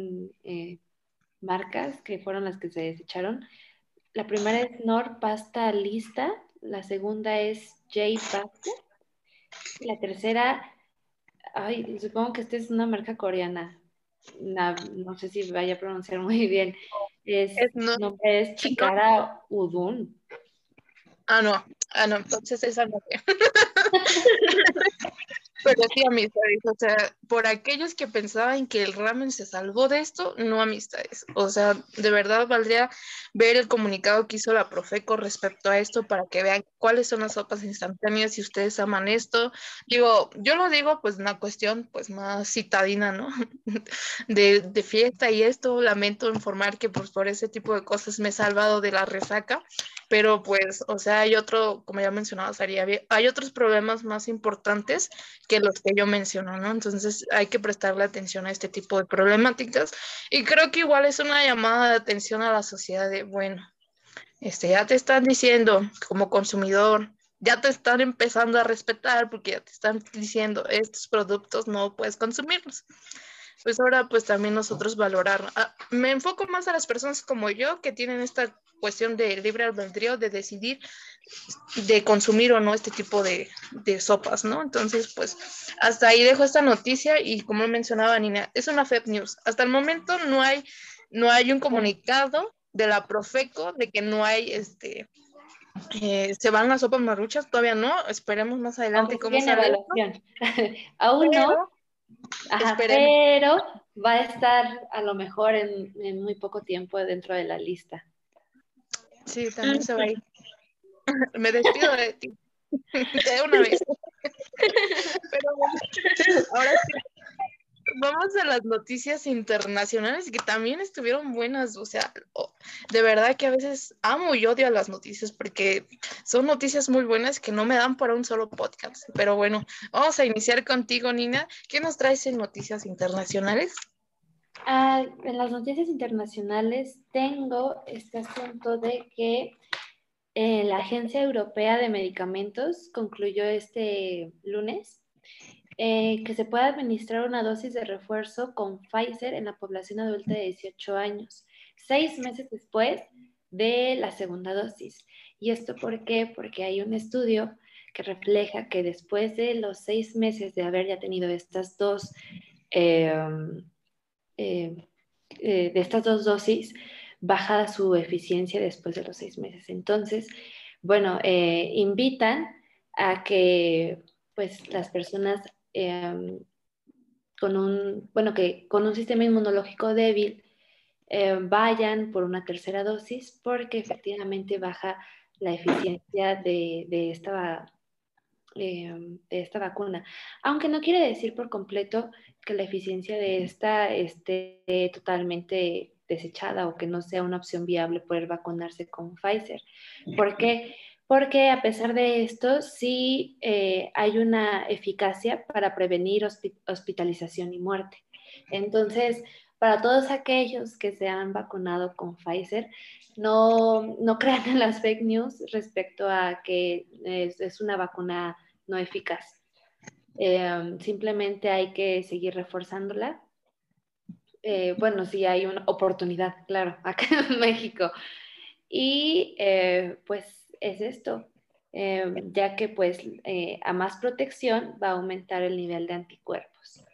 Speaker 3: marcas que fueron las que se desecharon. La primera es Nor Pasta Lista, la segunda es J Pasta, y la tercera, ay, supongo que esta es una marca coreana. No sé si vaya a pronunciar muy bien.
Speaker 1: No,
Speaker 3: Su nombre es
Speaker 1: no.
Speaker 3: Chikara Udun.
Speaker 1: No, entonces esa no. Pero sí, amistades, o sea, por aquellos que pensaban que el ramen se salvó de esto, no amistades. O sea, de verdad valdría ver el comunicado que hizo la Profeco respecto a esto para que vean cuáles son las sopas instantáneas si ustedes aman esto. Digo, yo lo digo pues una cuestión pues más citadina, ¿no? De fiesta y esto, lamento informar que pues por ese tipo de cosas me he salvado de la resaca, pero pues, o sea, hay otro, como ya mencionaba, Sari, hay otros problemas más importantes que los que yo menciono, ¿no? Entonces hay que prestarle atención a este tipo de problemáticas y creo que igual es una llamada de atención a la sociedad de, bueno, ya te están diciendo como consumidor, ya te están empezando a respetar porque ya te están diciendo estos productos no puedes consumirlos. Pues ahora pues también nosotros valorar. Me enfoco más a las personas como yo que tienen esta cuestión de libre albedrío de decidir de consumir o no este tipo de sopas, ¿no? Entonces pues hasta ahí dejo esta noticia y como mencionaba Nina, es una fake news. Hasta el momento no hay un comunicado de la Profeco de que no hay se van las sopas maruchas, todavía no, esperemos más adelante
Speaker 3: Aunque
Speaker 1: cómo
Speaker 3: sigue en
Speaker 1: sale esto,
Speaker 3: evaluación. Aún no,
Speaker 1: pero esperemos.
Speaker 3: pero va a estar a lo mejor en muy poco tiempo dentro de la lista.
Speaker 1: Sí, también se va a ir. Me despido de ti de una vez. Pero bueno, ahora sí, vamos a las noticias internacionales que también estuvieron buenas. O sea, de verdad que a veces amo y odio a las noticias porque son noticias muy buenas que no me dan para un solo podcast. Pero bueno, vamos a iniciar contigo, Nina. ¿Qué nos traes en noticias internacionales?
Speaker 3: En las noticias internacionales tengo este asunto de que la Agencia Europea de Medicamentos concluyó este lunes que se puede administrar una dosis de refuerzo con Pfizer en la población adulta de 18 años, 6 meses después de la segunda dosis. ¿Y esto por qué? Porque hay un estudio que refleja que después de los 6 meses de haber ya tenido estas dos de estas dos dosis, baja su eficiencia después de los 6 meses. Entonces, bueno, invitan a que pues las personas con un sistema inmunológico débil vayan por una tercera dosis porque efectivamente baja la eficiencia de esta vacuna. Aunque no quiere decir por completo que la eficiencia de esta esté totalmente desechada o que no sea una opción viable poder vacunarse con Pfizer. ¿Por qué? Porque a pesar de esto, sí hay una eficacia para prevenir hospitalización y muerte. Entonces, para todos aquellos que se han vacunado con Pfizer, no crean en las fake news respecto a que es una vacuna no eficaz. Simplemente hay que seguir reforzándola. Bueno, sí hay una oportunidad, claro, acá en México. Y pues es esto, ya que pues a más protección va a aumentar el nivel de anticuerpos.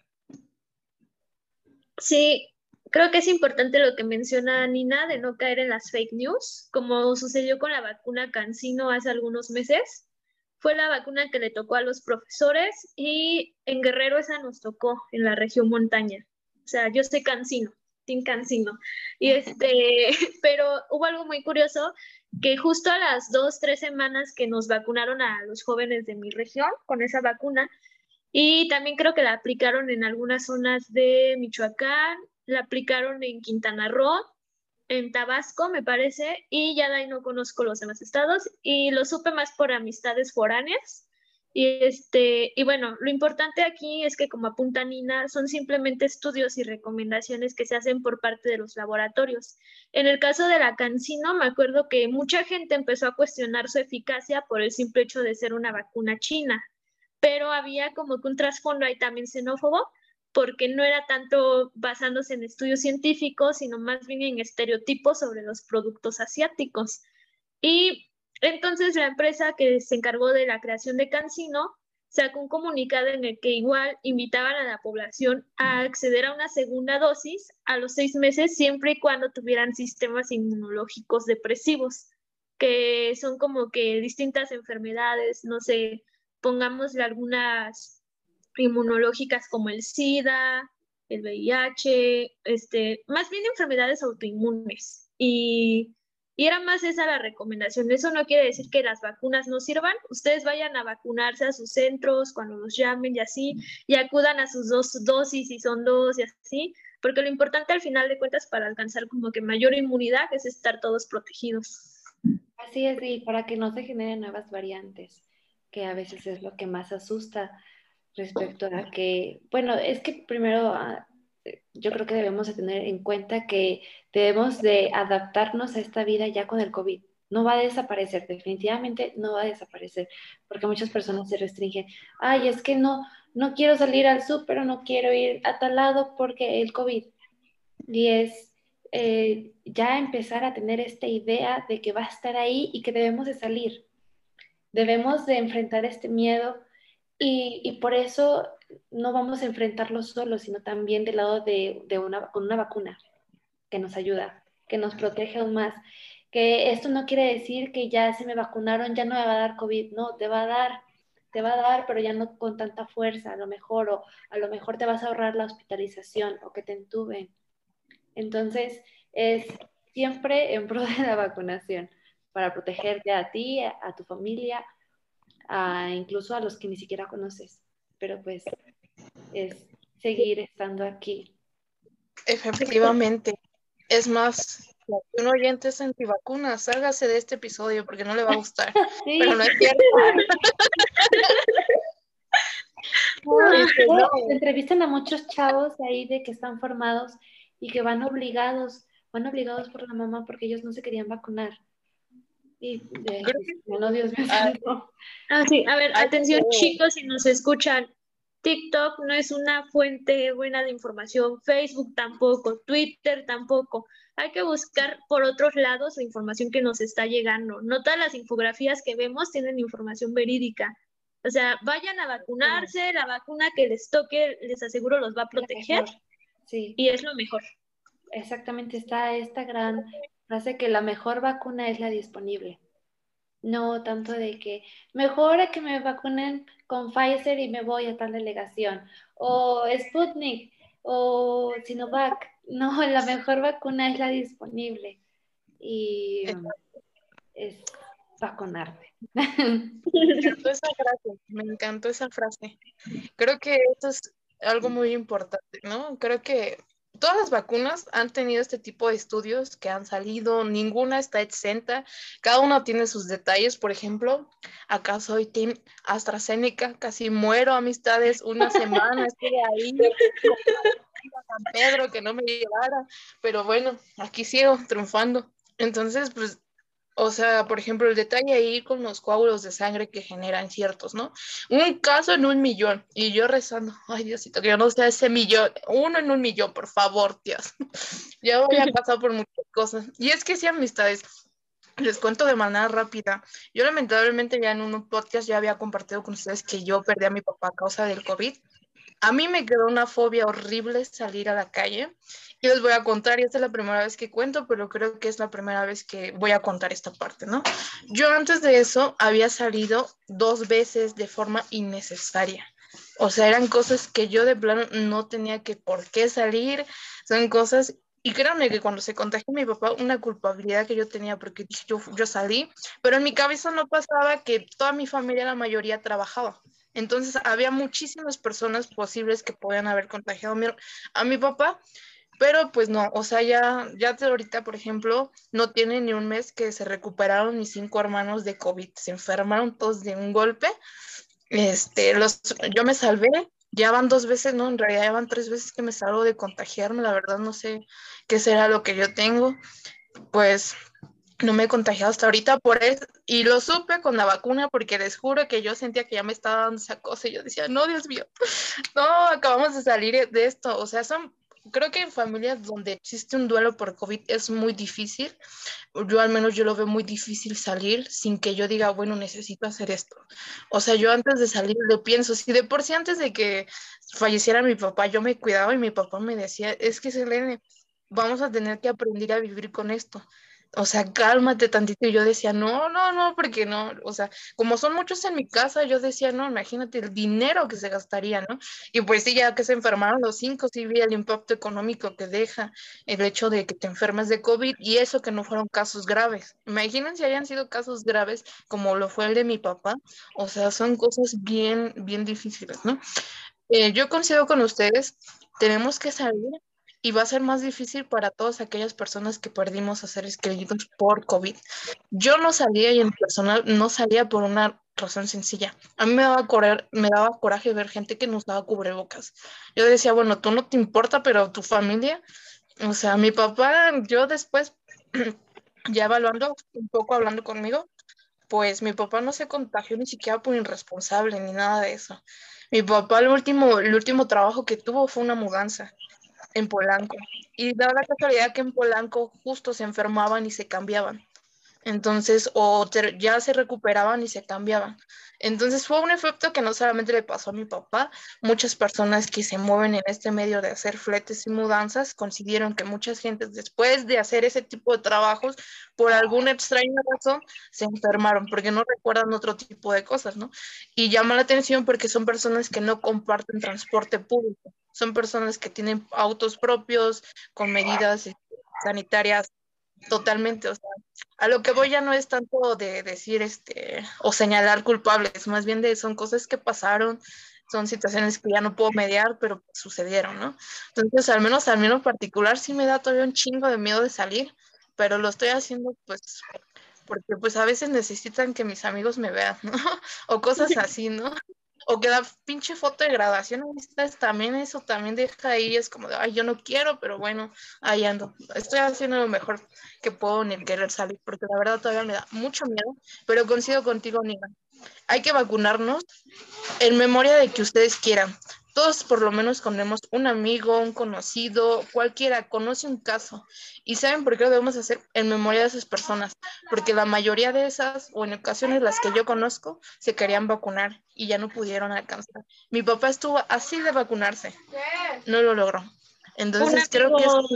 Speaker 2: Sí, creo que es importante lo que menciona Nina de no caer en las fake news, como sucedió con la vacuna CanSino hace algunos meses. Fue la vacuna que le tocó a los profesores y en Guerrero esa nos tocó en la región montaña. O sea, yo soy CanSino, Team CanSino. Y pero hubo algo muy curioso que justo a las 2, 3 semanas que nos vacunaron a los jóvenes de mi región con esa vacuna, y también creo que la aplicaron en algunas zonas de Michoacán, la aplicaron en Quintana Roo, en Tabasco, me parece, y ya de ahí no conozco los demás estados, y lo supe más por amistades foráneas. Y bueno, lo importante aquí es que, como apunta Nina, son simplemente estudios y recomendaciones que se hacen por parte de los laboratorios. En el caso de la CanSino, me acuerdo que mucha gente empezó a cuestionar su eficacia por el simple hecho de ser una vacuna china, pero había como que un trasfondo ahí también xenófobo, porque no era tanto basándose en estudios científicos, sino más bien en estereotipos sobre los productos asiáticos. Y entonces la empresa que se encargó de la creación de CanSino sacó un comunicado en el que igual invitaban a la población a acceder a una segunda dosis a los 6 meses, siempre y cuando tuvieran sistemas inmunológicos depresivos, que son como que distintas enfermedades, no sé, pongámosle algunas inmunológicas como el SIDA, el VIH, más bien enfermedades autoinmunes. Y era más esa la recomendación. Eso no quiere decir que las vacunas no sirvan. Ustedes vayan a vacunarse a sus centros cuando los llamen y así, y acudan a sus 2 dosis si son 2 y así, porque lo importante al final de cuentas para alcanzar como que mayor inmunidad es estar todos protegidos.
Speaker 3: así es, y para que no se generen nuevas variantes, que a veces es lo que más asusta respecto a que, bueno, es que primero yo creo que debemos de tener en cuenta que debemos de adaptarnos a esta vida ya con el COVID. No va a desaparecer, definitivamente no va a desaparecer, porque muchas personas se restringen. Ay, es que no quiero salir al súper o no quiero ir a tal lado porque el COVID. Y es ya empezar a tener esta idea de que va a estar ahí y que debemos de salir. Debemos de enfrentar este miedo y por eso no vamos a enfrentarlo solos, sino también del lado con una vacuna que nos ayuda, que nos protege aún más. Que esto no quiere decir que ya se me vacunaron, ya no me va a dar COVID, no, te va a dar, pero ya no con tanta fuerza, a lo mejor, o a lo mejor te vas a ahorrar la hospitalización o que te entuben. Entonces, es siempre en pro de la vacunación, para protegerte a ti, a tu familia, incluso a los que ni siquiera conoces. Pero pues es seguir estando aquí.
Speaker 1: Efectivamente. Es más, si un oyente es antivacunas, sálgase de este episodio porque no le va a gustar.
Speaker 3: Sí.
Speaker 1: Pero no es cierto.
Speaker 3: No, entrevistan a muchos chavos ahí de que están formados y que van obligados por la mamá porque ellos no se querían vacunar. Y no, Dios mío santo.
Speaker 2: Sí, a ver, atención chicos, si nos escuchan, TikTok no es una fuente buena de información, Facebook tampoco, Twitter tampoco. Hay que buscar por otros lados la información que nos está llegando. No todas las infografías que vemos tienen información verídica. O sea, vayan a vacunarse, la vacuna que les toque, les aseguro, los va a proteger.
Speaker 3: Sí.
Speaker 2: Y es lo mejor.
Speaker 3: Exactamente, está esta gran frase que la mejor vacuna es la disponible. No tanto de que mejor a que me vacunen con Pfizer y me voy a tal delegación, o Sputnik, o Sinovac. No, la mejor vacuna es la disponible y es vacunarte.
Speaker 1: Me encantó esa frase. Creo que eso es algo muy importante, ¿no? Creo que todas las vacunas han tenido este tipo de estudios que han salido, ninguna está exenta, cada una tiene sus detalles. Por ejemplo, acá soy Team AstraZeneca, casi muero, amistades, una semana estuve ahí a San Pedro que no me llevara, pero bueno, aquí sigo triunfando. Entonces, pues, o sea, por ejemplo, el detalle ahí con los coágulos de sangre que generan ciertos, ¿no? Un caso en 1 millón. Y yo rezando, ay Diosito, que yo no sea ese millón. 1 en 1 millón, por favor, Dios. Ya voy a pasar por muchas cosas. Y es que sí, amistades, les cuento de manera rápida. Yo lamentablemente ya en un podcast ya había compartido con ustedes que yo perdí a mi papá a causa del COVID. A mí me quedó una fobia horrible salir a la calle. Y les voy a contar, y esta es la primera vez que cuento, pero creo que es la primera vez que voy a contar esta parte, ¿no? Yo antes de eso había salido 2 veces de forma innecesaria. O sea, eran cosas que yo de plano no tenía que por qué salir. Son cosas, y créanme que cuando se contagió mi papá, una culpabilidad que yo tenía, porque yo salí, pero en mi cabeza no pasaba que toda mi familia, la mayoría, trabajaba. Entonces había muchísimas personas posibles que podían haber contagiado a mi papá, pero pues no, o sea, ya de ahorita, por ejemplo, no tiene ni un mes que se recuperaron mis 5 hermanos de COVID, se enfermaron todos de un golpe. Yo me salvé, ya van 2 veces, no, en realidad ya van 3 veces que me salvo de contagiarme, la verdad no sé qué será lo que yo tengo, pues no me he contagiado hasta ahorita por eso, y lo supe con la vacuna porque les juro que yo sentía que ya me estaba dando esa cosa y yo decía, no, Dios mío, no, acabamos de salir de esto. O sea, creo que en familias donde existe un duelo por COVID es muy difícil. Yo al menos yo lo veo muy difícil salir sin que yo diga, bueno, necesito hacer esto. O sea, yo antes de salir lo pienso, si de por sí antes de que falleciera mi papá yo me cuidaba y mi papá me decía, es que Selene, vamos a tener que aprender a vivir con esto. O sea, cálmate tantito. Y yo decía, no, porque no. O sea, como son muchos en mi casa, yo decía, no, imagínate el dinero que se gastaría, ¿no? Y pues sí, ya que se enfermaron los 5, sí vi el impacto económico que deja el hecho de que te enfermes de COVID y eso que no fueron casos graves. Imagínense si hayan sido casos graves como lo fue el de mi papá. O sea, son cosas bien, bien difíciles, ¿no? Yo coincido con ustedes, tenemos que salir, y va a ser más difícil para todas aquellas personas que perdimos a seres queridos por COVID. Yo no salía y en personal no salía por una razón sencilla. A mí me daba coraje ver gente que no usaba cubrebocas. Yo decía, bueno, tú no te importa, pero tu familia, o sea, mi papá, yo después, ya evaluando un poco, hablando conmigo, pues mi papá no se contagió ni siquiera por irresponsable ni nada de eso. Mi papá el último trabajo que tuvo fue una mudanza en Polanco. Y da la casualidad que en Polanco justo se enfermaban y se cambiaban. Entonces, ya se recuperaban y se cambiaban. Entonces fue un efecto que no solamente le pasó a mi papá, muchas personas que se mueven en este medio de hacer fletes y mudanzas consiguieron que muchas gentes después de hacer ese tipo de trabajos, por alguna extraña razón, se enfermaron porque no recuerdan otro tipo de cosas, ¿no? Y llama la atención porque son personas que no comparten transporte público, son personas que tienen autos propios con medidas sanitarias totalmente, o sea, a lo que voy ya no es tanto de decir o señalar culpables, más bien son cosas que pasaron, son situaciones que ya no puedo mediar, pero sucedieron, ¿no? Entonces, al menos a mí en particular sí me da todavía un chingo de miedo de salir, pero lo estoy haciendo pues porque pues a veces necesitan que mis amigos me vean, ¿no? O cosas así, ¿no? O que la pinche foto de graduación, amistades, también eso también deja ahí, es como de, ay, yo no quiero, pero bueno, ahí ando. Estoy haciendo lo mejor que puedo en el querer salir, porque la verdad todavía me da mucho miedo, pero coincido contigo, Nina. Hay que vacunarnos en memoria de que ustedes quieran. Todos por lo menos conocemos un amigo, un conocido, cualquiera conoce un caso. ¿Y saben por qué lo debemos hacer? En memoria de esas personas. Porque la mayoría de esas, o en ocasiones las que yo conozco, se querían vacunar y ya no pudieron alcanzar. Mi papá estuvo así de vacunarse. No lo logró.
Speaker 2: Un
Speaker 1: Entonces creo que es...
Speaker 2: amigo,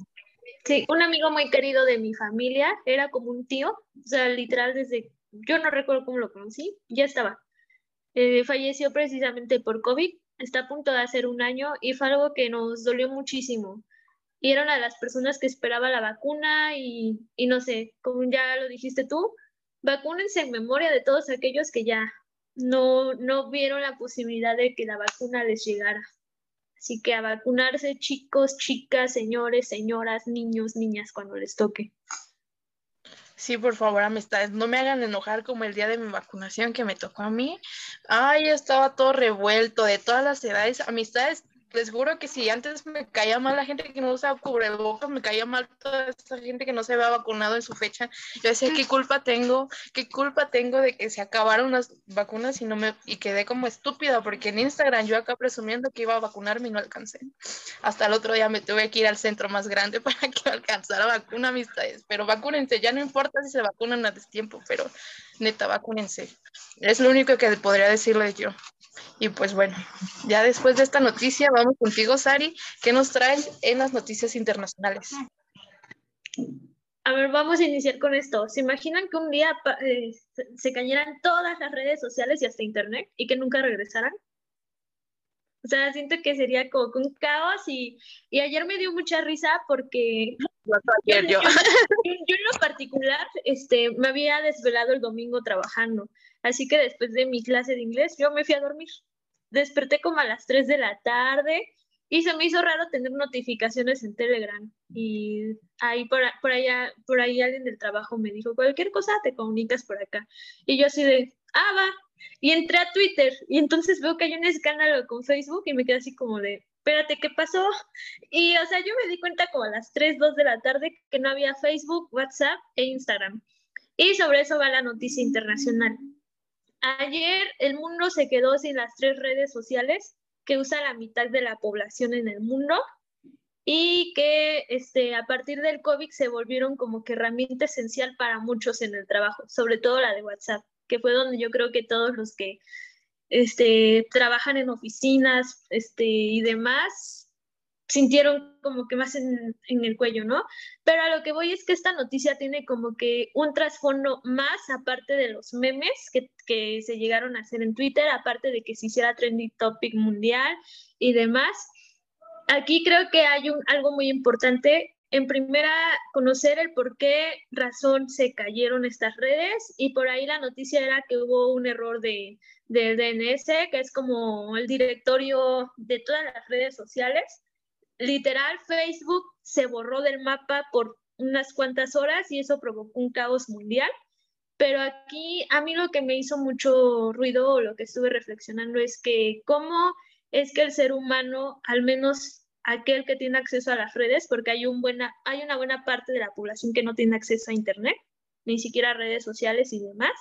Speaker 2: sí, un amigo muy querido de mi familia, era como un tío, o sea, literal yo no recuerdo cómo lo conocí, ya estaba. Falleció precisamente por COVID, está a punto de hacer un año y fue algo que nos dolió muchísimo. Y era una de las personas que esperaba la vacuna y no sé, como ya lo dijiste tú, vacúnense en memoria de todos aquellos que ya no vieron la posibilidad de que la vacuna les llegara. Así que a vacunarse, chicos, chicas, señores, señoras, niños, niñas, cuando les toque.
Speaker 1: Sí, por favor, amistades, no me hagan enojar como el día de mi vacunación que me tocó a mí. Ay, estaba todo revuelto de todas las edades. Amistades, les juro que si antes me caía mal la gente que no usa cubrebocas, me caía mal toda esa gente que no se había vacunado en su fecha. Yo decía, ¿qué culpa tengo? ¿Qué culpa tengo de que se acabaron las vacunas y quedé como estúpida? Porque en Instagram yo acá presumiendo que iba a vacunarme y no alcancé. Hasta el otro día me tuve que ir al centro más grande para que alcanzara vacuna, amistades. Pero vacúnense, ya no importa si se vacunan a destiempo, pero neta, vacúnense. Es lo único que podría decirles yo. Y pues bueno, ya después de esta noticia, vamos contigo, Sari. ¿Qué nos traes en las noticias internacionales?
Speaker 2: A ver, vamos a iniciar con esto. ¿Se imaginan que un día se cayeran todas las redes sociales y hasta internet y que nunca regresaran? O sea, siento que sería como que un caos y ayer me dio mucha risa porque
Speaker 1: Ayer yo.
Speaker 2: yo en lo particular me había desvelado el domingo trabajando, así que después de mi clase de inglés yo me fui a dormir. Desperté como a las 3 de la tarde y se me hizo raro tener notificaciones en Telegram y ahí por ahí alguien del trabajo me dijo, cualquier cosa te comunicas por acá. Y yo así de, va. Y entré a Twitter y entonces veo que hay un escándalo con Facebook y me quedé así como de, espérate, ¿qué pasó? Y, o sea, yo me di cuenta como a las 3, 2 de la tarde que no había Facebook, WhatsApp e Instagram. Y sobre eso va la noticia internacional. Ayer el mundo se quedó sin las 3 redes sociales que usa la mitad de la población en el mundo y que a partir del COVID se volvieron como que herramienta esencial para muchos en el trabajo, sobre todo la de WhatsApp, que fue donde yo creo que todos los que trabajan en oficinas y demás sintieron como que más en el cuello, ¿no? Pero a lo que voy es que esta noticia tiene como que un trasfondo más, aparte de los memes que se llegaron a hacer en Twitter, aparte de que se hiciera trending topic mundial y demás. Aquí creo que hay algo muy importante. En primera, conocer el por qué razón se cayeron estas redes y por ahí la noticia era que hubo un error del DNS, que es como el directorio de todas las redes sociales. literal Facebook se borró del mapa por unas cuantas horas y eso provocó un caos mundial. Pero aquí a mí lo que me hizo mucho ruido o lo que estuve reflexionando es que cómo es que el ser humano, al menos aquel que tiene acceso a las redes, porque hay una buena parte de la población que no tiene acceso a Internet, ni siquiera a redes sociales y demás.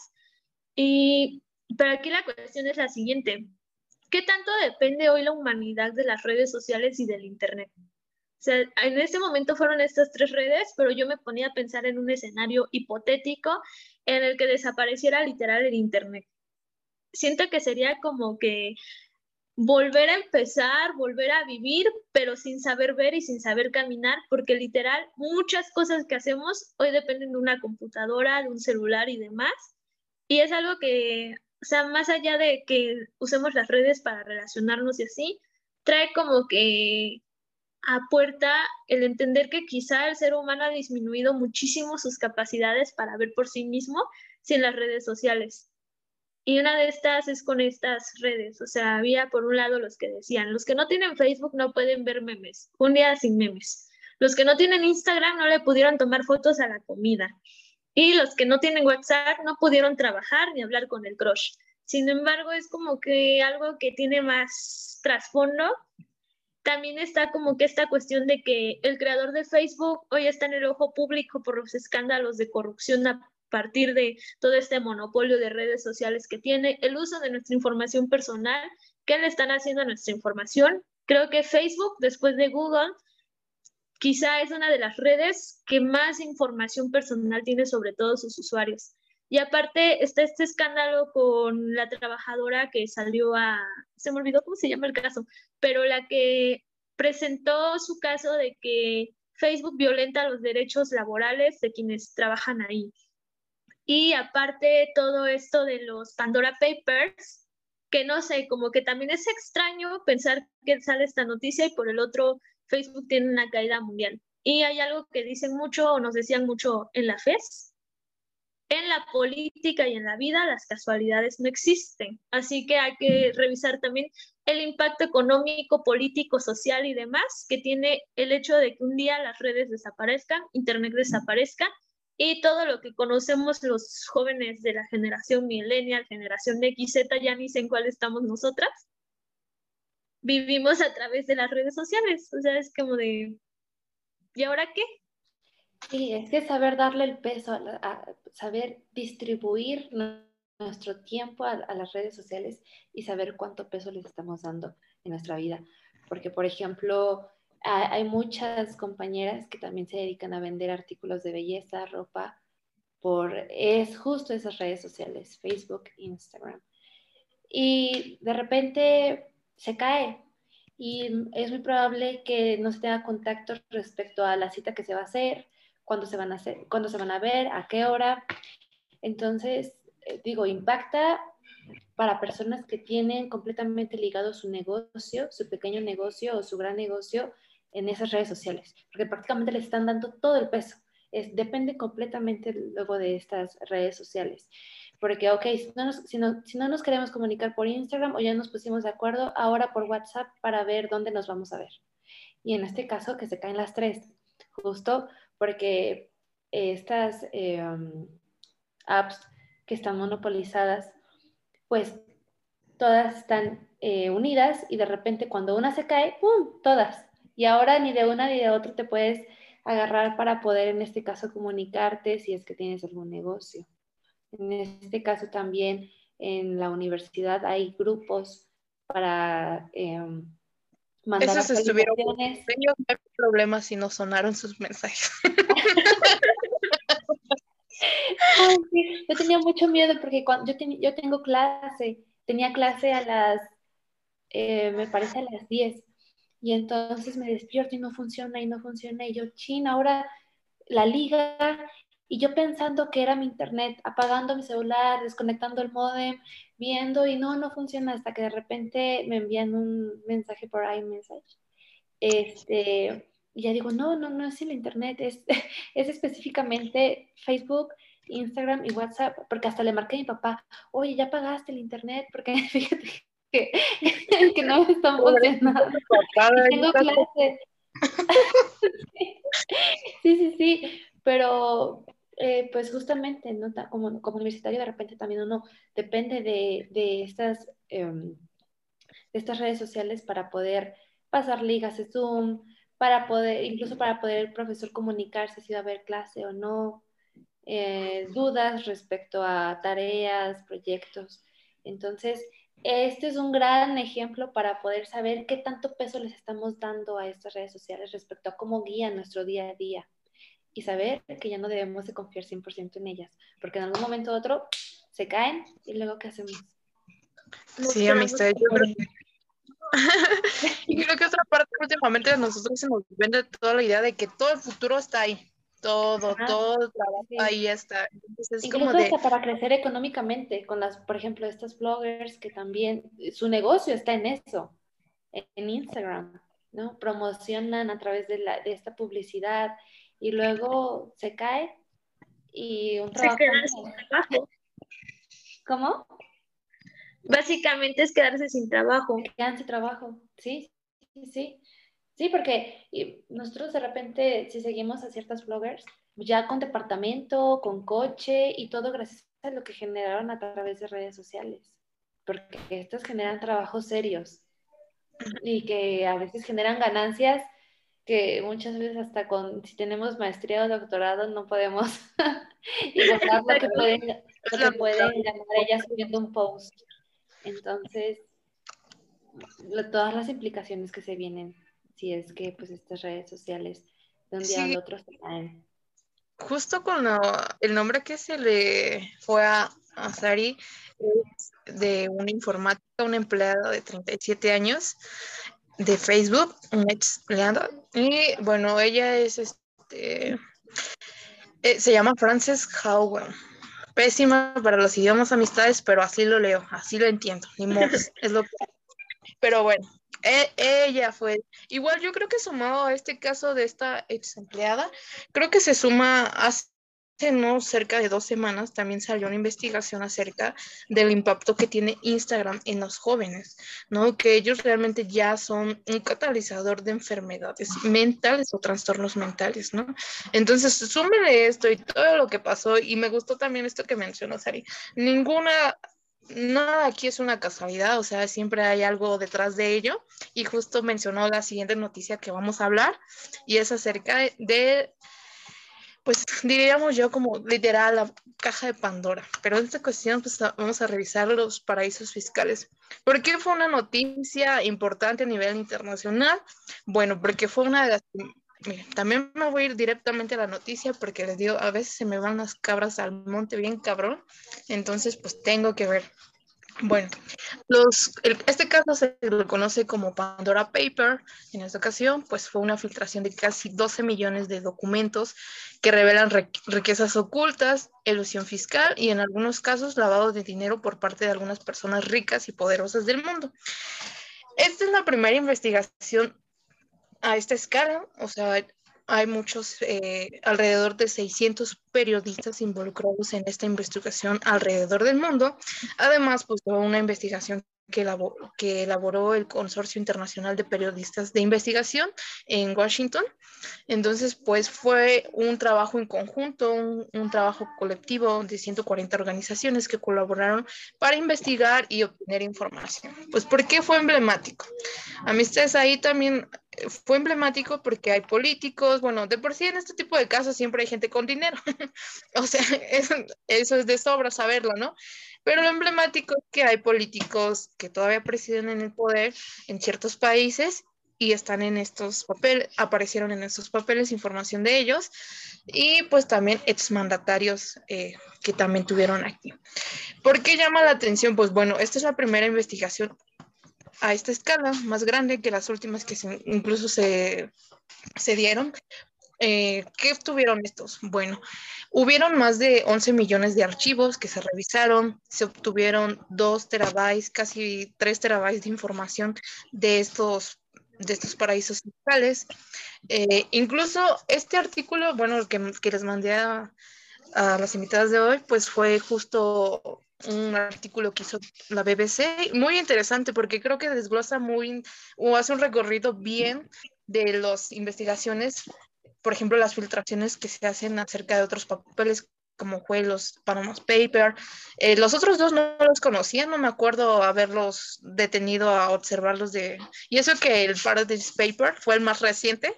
Speaker 2: Pero aquí la cuestión es la siguiente. ¿Qué tanto depende hoy la humanidad de las redes sociales y del Internet? O sea, en ese momento fueron estas 3 redes, pero yo me ponía a pensar en un escenario hipotético en el que desapareciera literal el Internet. Siento que sería como que volver a empezar, volver a vivir, pero sin saber ver y sin saber caminar, porque literal muchas cosas que hacemos hoy dependen de una computadora, de un celular y demás. Y es algo que, o sea, más allá de que usemos las redes para relacionarnos y así, trae como que a puerta el entender que quizá el ser humano ha disminuido muchísimo sus capacidades para ver por sí mismo sin las redes sociales. Y una de estas es con estas redes. O sea, había por un lado los que decían, los que no tienen Facebook no pueden ver memes, un día sin memes. Los que no tienen Instagram no le pudieron tomar fotos a la comida. Y los que no tienen WhatsApp no pudieron trabajar ni hablar con el crush. Sin embargo, es como que algo que tiene más trasfondo. También está como que esta cuestión de que el creador de Facebook hoy está en el ojo público por los escándalos de corrupción a partir de todo este monopolio de redes sociales que tiene, el uso de nuestra información personal, qué le están haciendo a nuestra información. Creo que Facebook, después de Google, quizá es una de las redes que más información personal tiene sobre todos sus usuarios. Y aparte está este escándalo con la trabajadora que salió se me olvidó cómo se llama el caso, pero la que presentó su caso de que Facebook violenta los derechos laborales de quienes trabajan ahí. Y aparte todo esto de los Pandora Papers, que no sé, como que también es extraño pensar que sale esta noticia y por el otro Facebook tiene una caída mundial. Y hay algo que dicen mucho o nos decían mucho en la FES. En la política y en la vida las casualidades no existen, así que hay que revisar también el impacto económico, político, social y demás que tiene el hecho de que un día las redes desaparezcan, Internet desaparezca y todo lo que conocemos los jóvenes de la generación millennial, generación X, Z, ya ni sé en cuál estamos nosotras, vivimos a través de las redes sociales, o sea, es como de, ¿y ahora qué?
Speaker 3: Sí, es que saber darle el peso, saber distribuir nuestro tiempo a las redes sociales y saber cuánto peso les estamos dando en nuestra vida. Porque, por ejemplo, hay muchas compañeras que también se dedican a vender artículos de belleza, ropa, es justo esas redes sociales, Facebook, Instagram. Y de repente se cae y es muy probable que no se tenga contacto respecto a la cita que se va a hacer, cuándo se van a ver, a qué hora. Entonces, digo, impacta para personas que tienen completamente ligado su negocio, su pequeño negocio o su gran negocio en esas redes sociales, porque prácticamente les están dando todo el peso. Depende completamente luego de estas redes sociales. Porque, ok, si no nos queremos comunicar por Instagram o ya nos pusimos de acuerdo, ahora por WhatsApp para ver dónde nos vamos a ver. Y en este caso que se caen las 3, justo porque estas apps que están monopolizadas, pues todas están unidas y de repente cuando una se cae, ¡pum!, todas. Y ahora ni de una ni de otra te puedes agarrar para poder en este caso comunicarte si es que tienes algún negocio. En este caso también en la universidad hay grupos para mandar
Speaker 1: Esos estuvieron.
Speaker 3: actualizaciones.
Speaker 1: Ellos no hay problema si no sonaron sus mensajes.
Speaker 3: Ay, sí. Yo tenía mucho miedo porque cuando yo tenía clase a me parece a las 10, y entonces me despierto y no funciona, y yo, chin, ahora la liga, y yo pensando que era mi internet, apagando mi celular, desconectando el módem, viendo, y no funciona, hasta que de repente me envían un mensaje por iMessage, y ya digo, no es el internet, es específicamente Facebook, Instagram y WhatsApp, porque hasta le marqué a mi papá, oye, ya pagaste el internet, porque fíjate que, que no me están funcionando. Y tengo clase. Sí, pero pues justamente, ¿no? Como universitario de repente también uno depende de estas redes sociales para poder pasar ligas de Zoom, para poder, incluso para poder el profesor comunicarse si va a haber clase o no, dudas respecto a tareas, proyectos. Entonces, este es un gran ejemplo para poder saber qué tanto peso les estamos dando a estas redes sociales respecto a cómo guían nuestro día a día y saber que ya no debemos de confiar 100% en ellas, porque en algún momento u otro se caen y luego ¿qué hacemos?
Speaker 2: Nos
Speaker 1: Sí,
Speaker 2: quedamos
Speaker 1: amistad,
Speaker 2: con
Speaker 1: yo creo que y creo que otra parte últimamente de nosotros se nos vende toda la idea de que todo el futuro está ahí,
Speaker 3: Ajá,
Speaker 1: todo el trabajo
Speaker 3: sí.
Speaker 1: ahí está. Entonces es como
Speaker 3: Incluso
Speaker 1: de,
Speaker 3: hasta para crecer económicamente, con las, por ejemplo, estas bloggers que también su negocio está en eso, en Instagram, ¿no? Promocionan a través de esta publicidad y luego se cae y un
Speaker 2: se
Speaker 3: trabajo
Speaker 2: quedan sin
Speaker 3: menos.
Speaker 2: trabajo.
Speaker 3: ¿Cómo?
Speaker 2: Básicamente es quedarse sin trabajo.
Speaker 3: Quedan sin trabajo, sí, sí. Sí, porque nosotros de repente, si seguimos a ciertas bloggers, ya con departamento, con coche y todo gracias a lo que generaron a través de redes sociales, porque estas generan trabajos serios y que a veces generan ganancias que muchas veces hasta si tenemos maestría o doctorado no podemos igualar
Speaker 2: Exacto.
Speaker 1: es
Speaker 3: lo
Speaker 1: la
Speaker 3: que pueden ganar ellas subiendo un post. Entonces, todas las implicaciones que se vienen, si es que pues estas redes sociales de un día al
Speaker 1: sí,
Speaker 3: otro se caen.
Speaker 1: justo con el nombre que se le fue a Sari es de una informática, una empleada de 37 años de Facebook, una ex empleada. Y bueno, ella es se llama Frances Haugen. Pésima para los idiomas amistades, pero así lo leo, así lo entiendo, ni modo, es lo que... Pero bueno, ella fue, igual yo creo que sumado a este caso de esta ex empleada, creo que se suma hace no cerca de 2 semanas también salió una investigación acerca del impacto que tiene Instagram en los jóvenes, ¿no? Que ellos realmente ya son un catalizador de enfermedades mentales o trastornos mentales, ¿no? Entonces, súmele esto y todo lo que pasó, y me gustó también esto que mencionó Sari. Nada aquí es una casualidad, o sea, siempre hay algo detrás de ello, y justo mencionó la siguiente noticia que vamos a hablar, y es acerca de pues diríamos yo como literal la caja de Pandora, pero en esta cuestión pues vamos a revisar los paraísos fiscales. ¿Por qué fue una noticia importante a nivel internacional? Bueno, porque fue una de las... Miren, también me voy a ir directamente a la noticia porque les digo, a veces se me van las cabras al monte bien cabrón, entonces pues tengo que ver. Bueno, este caso se lo conoce como Pandora Paper. En esta ocasión, pues fue una filtración de casi 12 millones de documentos que revelan riquezas ocultas, elusión fiscal y en algunos casos lavado de dinero por parte de algunas personas ricas y poderosas del mundo. Esta es la primera investigación a esta escala, o sea, hay muchos, alrededor de 600 periodistas involucrados en esta investigación alrededor del mundo. Además, pues fue una investigación que elaboró el Consorcio Internacional de Periodistas de Investigación en Washington. Entonces, pues fue un trabajo en conjunto, un trabajo colectivo de 140 organizaciones que colaboraron para investigar y obtener información. Pues, ¿por qué fue emblemático? Amistades ahí también fue emblemático porque hay políticos, bueno, de por sí en este tipo de casos siempre hay gente con dinero, o sea, eso es de sobra saberlo, ¿no? Pero lo emblemático es que hay políticos que todavía presiden en el poder en ciertos países y están en estos papeles, aparecieron en estos papeles información de ellos y pues también exmandatarios que también tuvieron aquí. ¿Por qué llama la atención? Pues bueno, esta es la primera investigación a esta escala más grande que las últimas que incluso se dieron. ¿Qué tuvieron estos? Bueno, hubieron más de 11 millones de archivos que se revisaron, se obtuvieron 2 terabytes, casi 3 terabytes de información de estos paraísos fiscales. Incluso este artículo, bueno, que les mandé a las invitadas de hoy, pues fue justo un artículo que hizo la BBC, muy interesante porque creo que desglosa muy, o hace un recorrido bien de las investigaciones, por ejemplo, las filtraciones que se hacen acerca de otros papeles, como fue los Panama Papers. Los otros dos no los conocía, no me acuerdo haberlos detenido a observarlos Y eso que el Paradise Paper fue el más reciente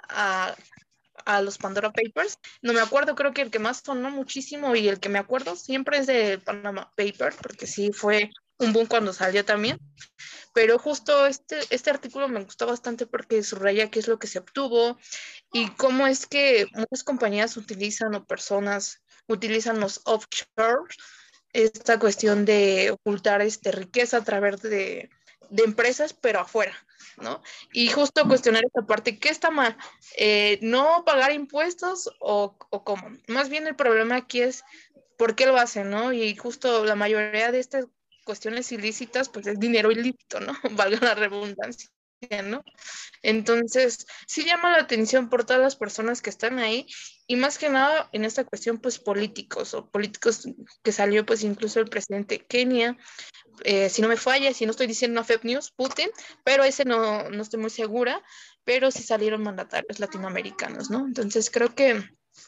Speaker 1: a los Pandora Papers. No me acuerdo, creo que el que más sonó muchísimo y el que me acuerdo siempre es de Panama Papers, porque sí fue un boom cuando salió también. Pero justo este artículo me gustó bastante porque subraya qué es lo que se obtuvo y cómo es que muchas compañías utilizan o personas utilizan los offshore, esta cuestión de ocultar riqueza a través de empresas, pero afuera, ¿no? Y justo cuestionar esta parte, ¿qué está mal? ¿No pagar impuestos o cómo? Más bien el problema aquí es por qué lo hacen, ¿no? Y justo la mayoría de estas cuestiones ilícitas, pues es dinero ilícito, ¿no? Valga la redundancia, ¿no? Entonces, sí llama la atención por todas las personas que están ahí y más que nada en esta cuestión, pues políticos que salió, pues incluso el presidente de Kenia, si no me falla, si no estoy diciendo una fake news, Putin, pero ese no estoy muy segura, pero sí salieron mandatarios latinoamericanos, ¿no? Entonces creo que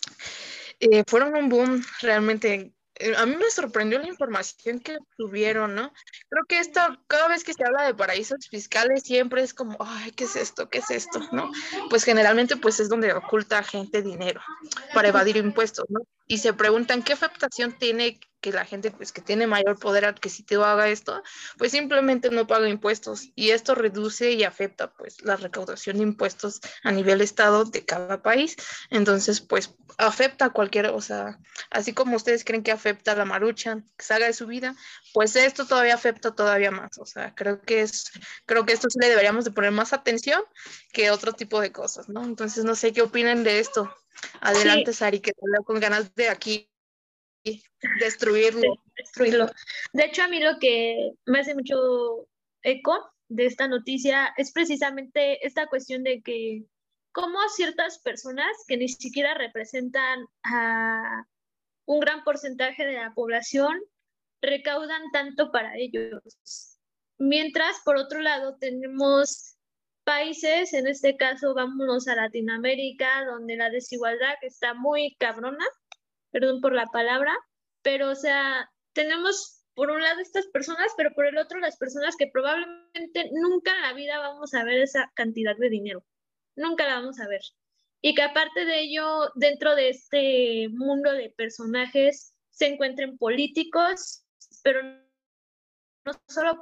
Speaker 1: fueron un boom realmente. A mí me sorprendió la información que tuvieron, ¿no? Creo que esto, cada vez que se habla de paraísos fiscales, siempre es como, ay, ¿qué es esto? ¿Qué es esto? ¿No? Pues generalmente pues es donde oculta gente dinero para evadir impuestos, ¿no? Y se preguntan qué afectación tiene que la gente pues que tiene mayor poder adquisitivo haga esto, pues simplemente no paga impuestos y esto reduce y afecta pues la recaudación de impuestos a nivel estado de cada país. Entonces pues afecta a cualquier, o sea, así como ustedes creen que afecta a la Maruchan, que salga de su vida, pues esto todavía afecta todavía más. O sea, creo que esto sí le deberíamos de poner más atención que otro tipo de cosas, ¿no? Entonces no sé qué opinan de esto. Adelante,
Speaker 2: Sí,
Speaker 1: Sari, que te veo con ganas de aquí destruirlo.
Speaker 2: destruirlo. De hecho, a mí lo que me hace mucho eco de esta noticia es precisamente esta cuestión de que cómo ciertas personas que ni siquiera representan a un gran porcentaje de la población recaudan tanto para ellos. Mientras, por otro lado, tenemos países, en este caso vámonos a Latinoamérica, donde la desigualdad está muy cabrona, perdón por la palabra, pero o sea, tenemos por un lado estas personas, pero por el otro las personas que probablemente nunca en la vida vamos a ver esa cantidad de dinero, nunca la vamos a ver. Y que aparte de ello, dentro de este mundo de personajes se encuentren políticos, pero no solo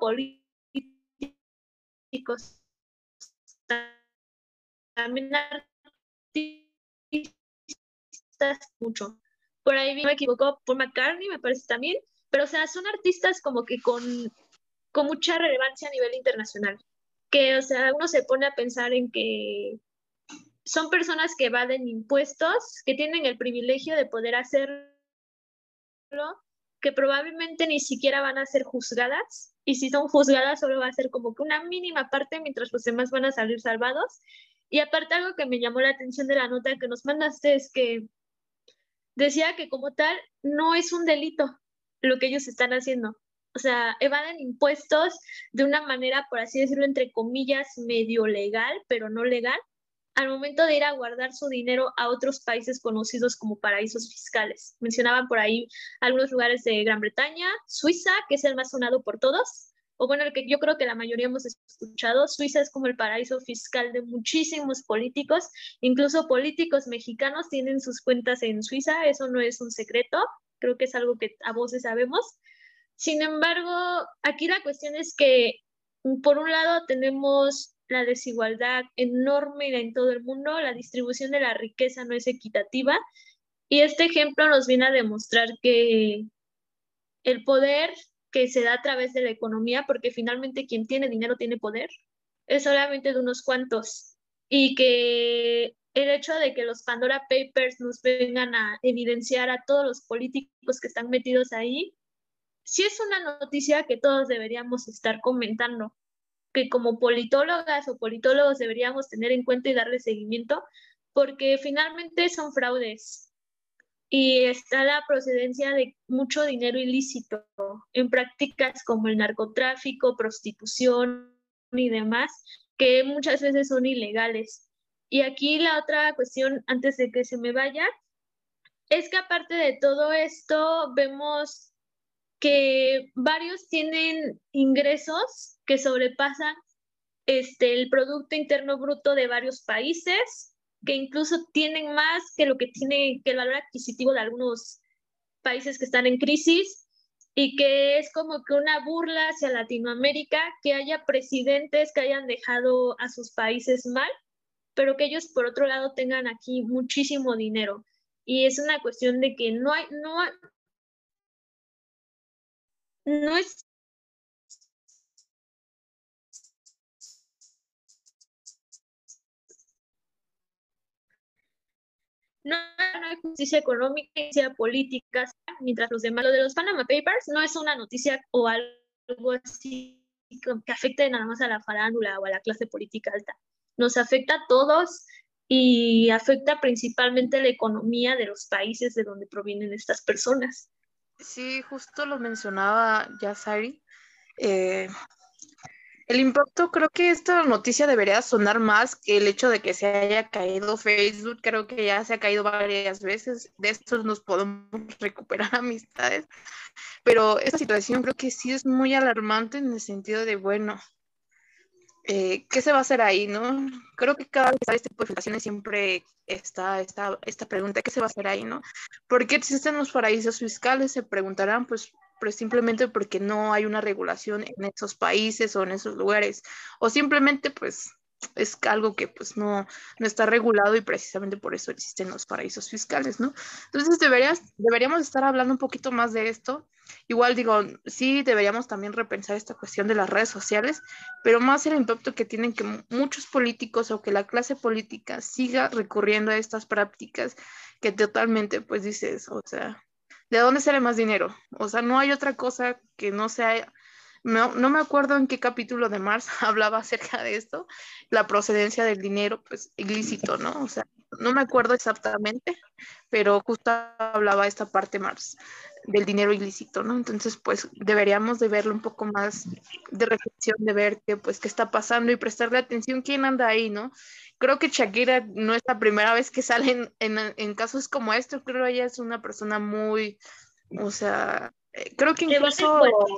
Speaker 2: políticos, también artistas mucho. Por ahí me equivoco, Paul McCartney me parece también, pero o sea, son artistas como que con mucha relevancia a nivel internacional, que o sea, uno se pone a pensar en que son personas que evaden impuestos, que tienen el privilegio de poder hacerlo, que probablemente ni siquiera van a ser juzgadas, y si son juzgadas solo va a ser como que una mínima parte, mientras los demás van a salir salvados. Y aparte algo que me llamó la atención de la nota que nos mandaste es que decía que como tal no es un delito lo que ellos están haciendo. O sea, evaden impuestos de una manera, por así decirlo, entre comillas, medio legal, pero no legal, al momento de ir a guardar su dinero a otros países conocidos como paraísos fiscales. Mencionaban por ahí algunos lugares de Gran Bretaña, Suiza, que es el más sonado por todos, o bueno, el que yo creo que la mayoría hemos escuchado. Suiza es como el paraíso fiscal de muchísimos políticos, incluso políticos mexicanos tienen sus cuentas en Suiza, eso no es un secreto, creo que es algo que a voces sabemos. Sin embargo, aquí la cuestión es que, por un lado, tenemos la desigualdad enorme en todo el mundo, la distribución de la riqueza no es equitativa, y este ejemplo nos viene a demostrar que el poder que se da a través de la economía, porque finalmente quien tiene dinero tiene poder, es solamente de unos cuantos, y que el hecho de que los Pandora Papers nos vengan a evidenciar a todos los políticos que están metidos ahí, sí es una noticia que todos deberíamos estar comentando, que como politólogas o politólogos deberíamos tener en cuenta y darle seguimiento, porque finalmente son fraudes y está la procedencia de mucho dinero ilícito en prácticas como el narcotráfico, prostitución y demás, que muchas veces son ilegales. Y aquí la otra cuestión, antes de que se me vaya, es que aparte de todo esto, vemos que varios tienen ingresos que sobrepasan el Producto Interno Bruto de varios países, que incluso tienen más que lo que tiene que el valor adquisitivo de algunos países que están en crisis, y que es como que una burla hacia Latinoamérica que haya presidentes que hayan dejado a sus países mal, pero que ellos por otro lado tengan aquí muchísimo dinero. Y es una cuestión de que no es no hay justicia económica y justicia política, mientras los demás, lo de los Panama Papers no es una noticia o algo así que afecte nada más a la farándula o a la clase política alta. Nos afecta a todos y afecta principalmente la economía de los países de donde provienen estas personas.
Speaker 1: Sí, justo lo mencionaba ya Sari. Eh, el impacto, creo que esta noticia debería sonar más que el hecho de que se haya caído Facebook. Creo que ya se ha caído varias veces. De esto nos podemos recuperar amistades. Pero esta situación creo que sí es muy alarmante en el sentido de, bueno, ¿qué se va a hacer ahí, no? Creo que cada vez que sale este tipo de filtraciones siempre está esta pregunta, ¿qué se va a hacer ahí, no? ¿Por qué existen los paraísos fiscales? Se preguntarán, pues simplemente porque no hay una regulación en esos países o en esos lugares, o simplemente pues es algo que pues no está regulado y precisamente por eso existen los paraísos fiscales, ¿no? Entonces deberíamos estar hablando un poquito más de esto. Igual digo, sí deberíamos también repensar esta cuestión de las redes sociales, pero más el impacto que tienen que muchos políticos o que la clase política siga recurriendo a estas prácticas que totalmente, pues dices, o sea, ¿de dónde sale más dinero? O sea, no hay otra cosa que no sea, no me acuerdo en qué capítulo de Marx hablaba acerca de esto, la procedencia del dinero, pues ilícito, ¿no? O sea, no me acuerdo exactamente, pero justo hablaba esta parte Marx del dinero ilícito, ¿no? Entonces, pues deberíamos de verlo un poco más de reflexión, de ver qué está pasando y prestarle atención quién anda ahí, ¿no? Creo que Shakira no es la primera vez que sale en casos como estos, creo que ella es una persona muy, o sea, creo que
Speaker 2: Debate
Speaker 1: incluso,
Speaker 2: fuerte.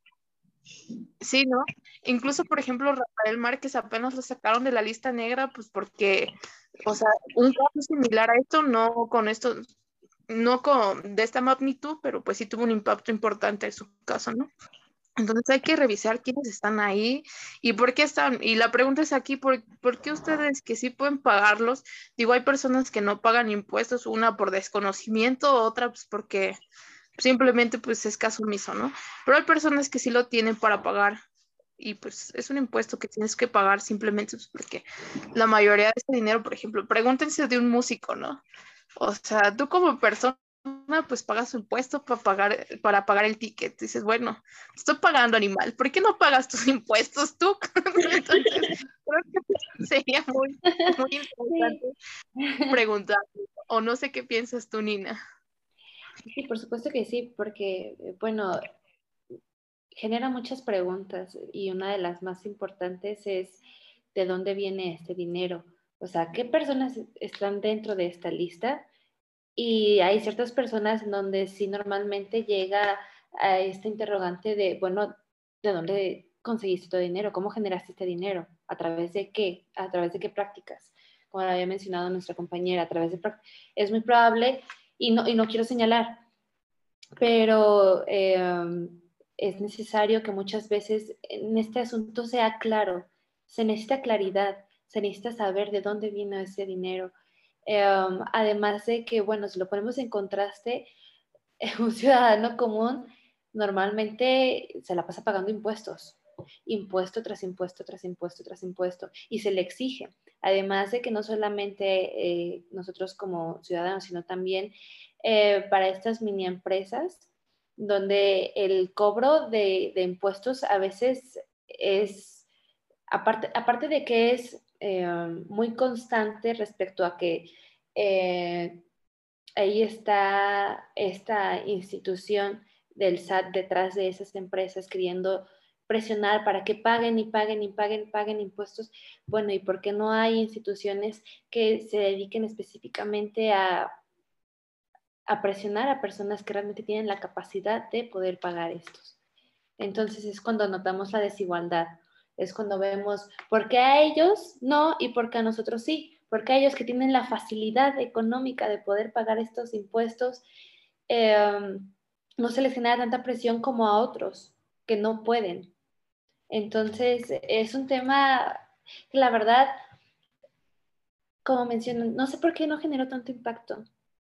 Speaker 1: sí, ¿no? Incluso, por ejemplo, Rafael Márquez apenas lo sacaron de la lista negra, pues porque, o sea, un caso similar a esto, no con esto, no con de esta magnitud, pero pues sí tuvo un impacto importante en su caso, ¿no? Entonces hay que revisar quiénes están ahí y por qué están. Y la pregunta es aquí, ¿por qué ustedes que sí pueden pagarlos? Digo, hay personas que no pagan impuestos, una por desconocimiento, otra pues porque simplemente pues es caso omiso, ¿no? Pero hay personas que sí lo tienen para pagar y pues es un impuesto que tienes que pagar simplemente pues, porque la mayoría de ese dinero, por ejemplo, pregúntense de un músico, ¿no? O sea, tú como persona, pues pagas su impuesto para pagar el ticket. Dices, bueno, estoy pagando animal, ¿por qué no pagas tus impuestos tú? Entonces, creo que sería muy
Speaker 3: Sí.
Speaker 1: interesante preguntar, o no sé qué piensas tú, Nina.
Speaker 3: Sí, por supuesto que sí, porque, bueno, genera muchas preguntas y una de las más importantes es ¿de dónde viene este dinero? O sea, ¿qué personas están dentro de esta lista? Y hay ciertas personas en donde sí normalmente llega a esta interrogante de, bueno, ¿de dónde conseguiste tu dinero? ¿Cómo generaste este dinero? ¿A través de qué? ¿A través de qué prácticas? Como lo había mencionado nuestra compañera, a través de prácticas. Es muy probable, y no quiero señalar, pero es necesario que muchas veces en este asunto sea claro, se necesita claridad, se necesita saber de dónde vino ese dinero. Además de que, bueno, si lo ponemos en contraste, un ciudadano común normalmente se la pasa pagando impuestos, impuesto tras impuesto, tras impuesto, tras impuesto, y se le exige. Además de que no solamente nosotros como ciudadanos, sino también para estas mini empresas, donde el cobro de impuestos a veces es, aparte de que es muy constante respecto a que ahí está esta institución del SAT detrás de esas empresas queriendo presionar para que paguen y paguen y paguen impuestos. Bueno, ¿y por qué no hay instituciones que se dediquen específicamente a presionar a personas que realmente tienen la capacidad de poder pagar estos? Entonces es cuando notamos la desigualdad, es cuando vemos por qué a ellos no y por qué a nosotros sí, porque a ellos que tienen la facilidad económica de poder pagar estos impuestos, no se les genera tanta presión como a otros que no pueden. Entonces es un tema que la verdad, como mencionan, no sé por qué no generó tanto impacto,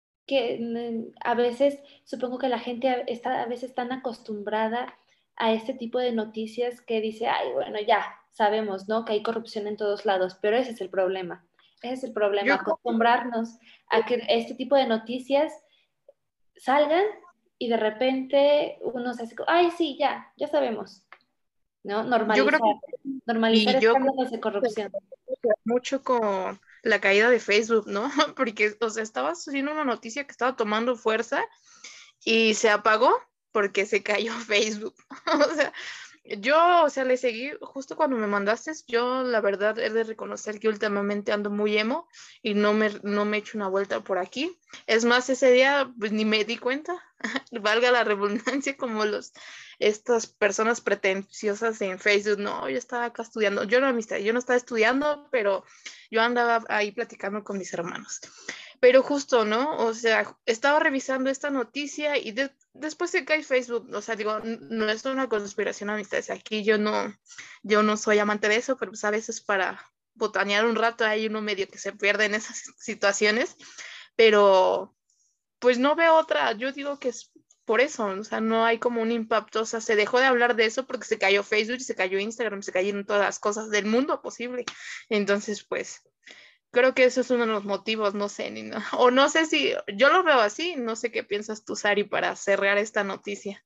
Speaker 3: que a veces supongo que la gente está a veces tan acostumbrada a este tipo de noticias que dice, ay, bueno, ya sabemos, ¿no? Que hay corrupción en todos lados, pero ese es el problema. Ese es el problema,
Speaker 1: Yo,
Speaker 3: acostumbrarnos a que este tipo de noticias salgan y de repente uno se hace, ay, sí, ya sabemos, ¿no?
Speaker 1: yo creo que
Speaker 3: Normalizar
Speaker 1: y yo creo
Speaker 3: escándalos de corrupción.
Speaker 1: que mucho con la caída de Facebook, ¿no? Porque, o sea, estaba sucediendo una noticia que estaba tomando fuerza y se apagó porque se cayó Facebook. O sea, yo, o sea, le seguí justo cuando me mandaste. Yo, la verdad, he de reconocer que últimamente ando muy emo y no me echo una vuelta por aquí. Es más, ese día pues, ni me di cuenta, valga la redundancia, como estas personas pretenciosas en Facebook. No, yo estaba acá estudiando. Yo no estaba estudiando, pero yo andaba ahí platicando con mis hermanos. Pero justo, ¿no? O sea, estaba revisando esta noticia y después se cae Facebook. O sea, digo, no es una conspiración, amistades. Aquí yo no soy amante de eso, pero pues a veces para botanear un rato hay uno medio que se pierde en esas situaciones. Pero pues no veo otra. Yo digo que es por eso, o sea, no hay como un impacto. O sea, se dejó de hablar de eso porque se cayó Facebook, se cayó Instagram, se cayeron todas las cosas del mundo posible. Entonces, pues creo que eso es uno de los motivos, no sé, Nina. O no sé si yo lo veo así, no sé qué piensas tú, Sari, para cerrar esta noticia.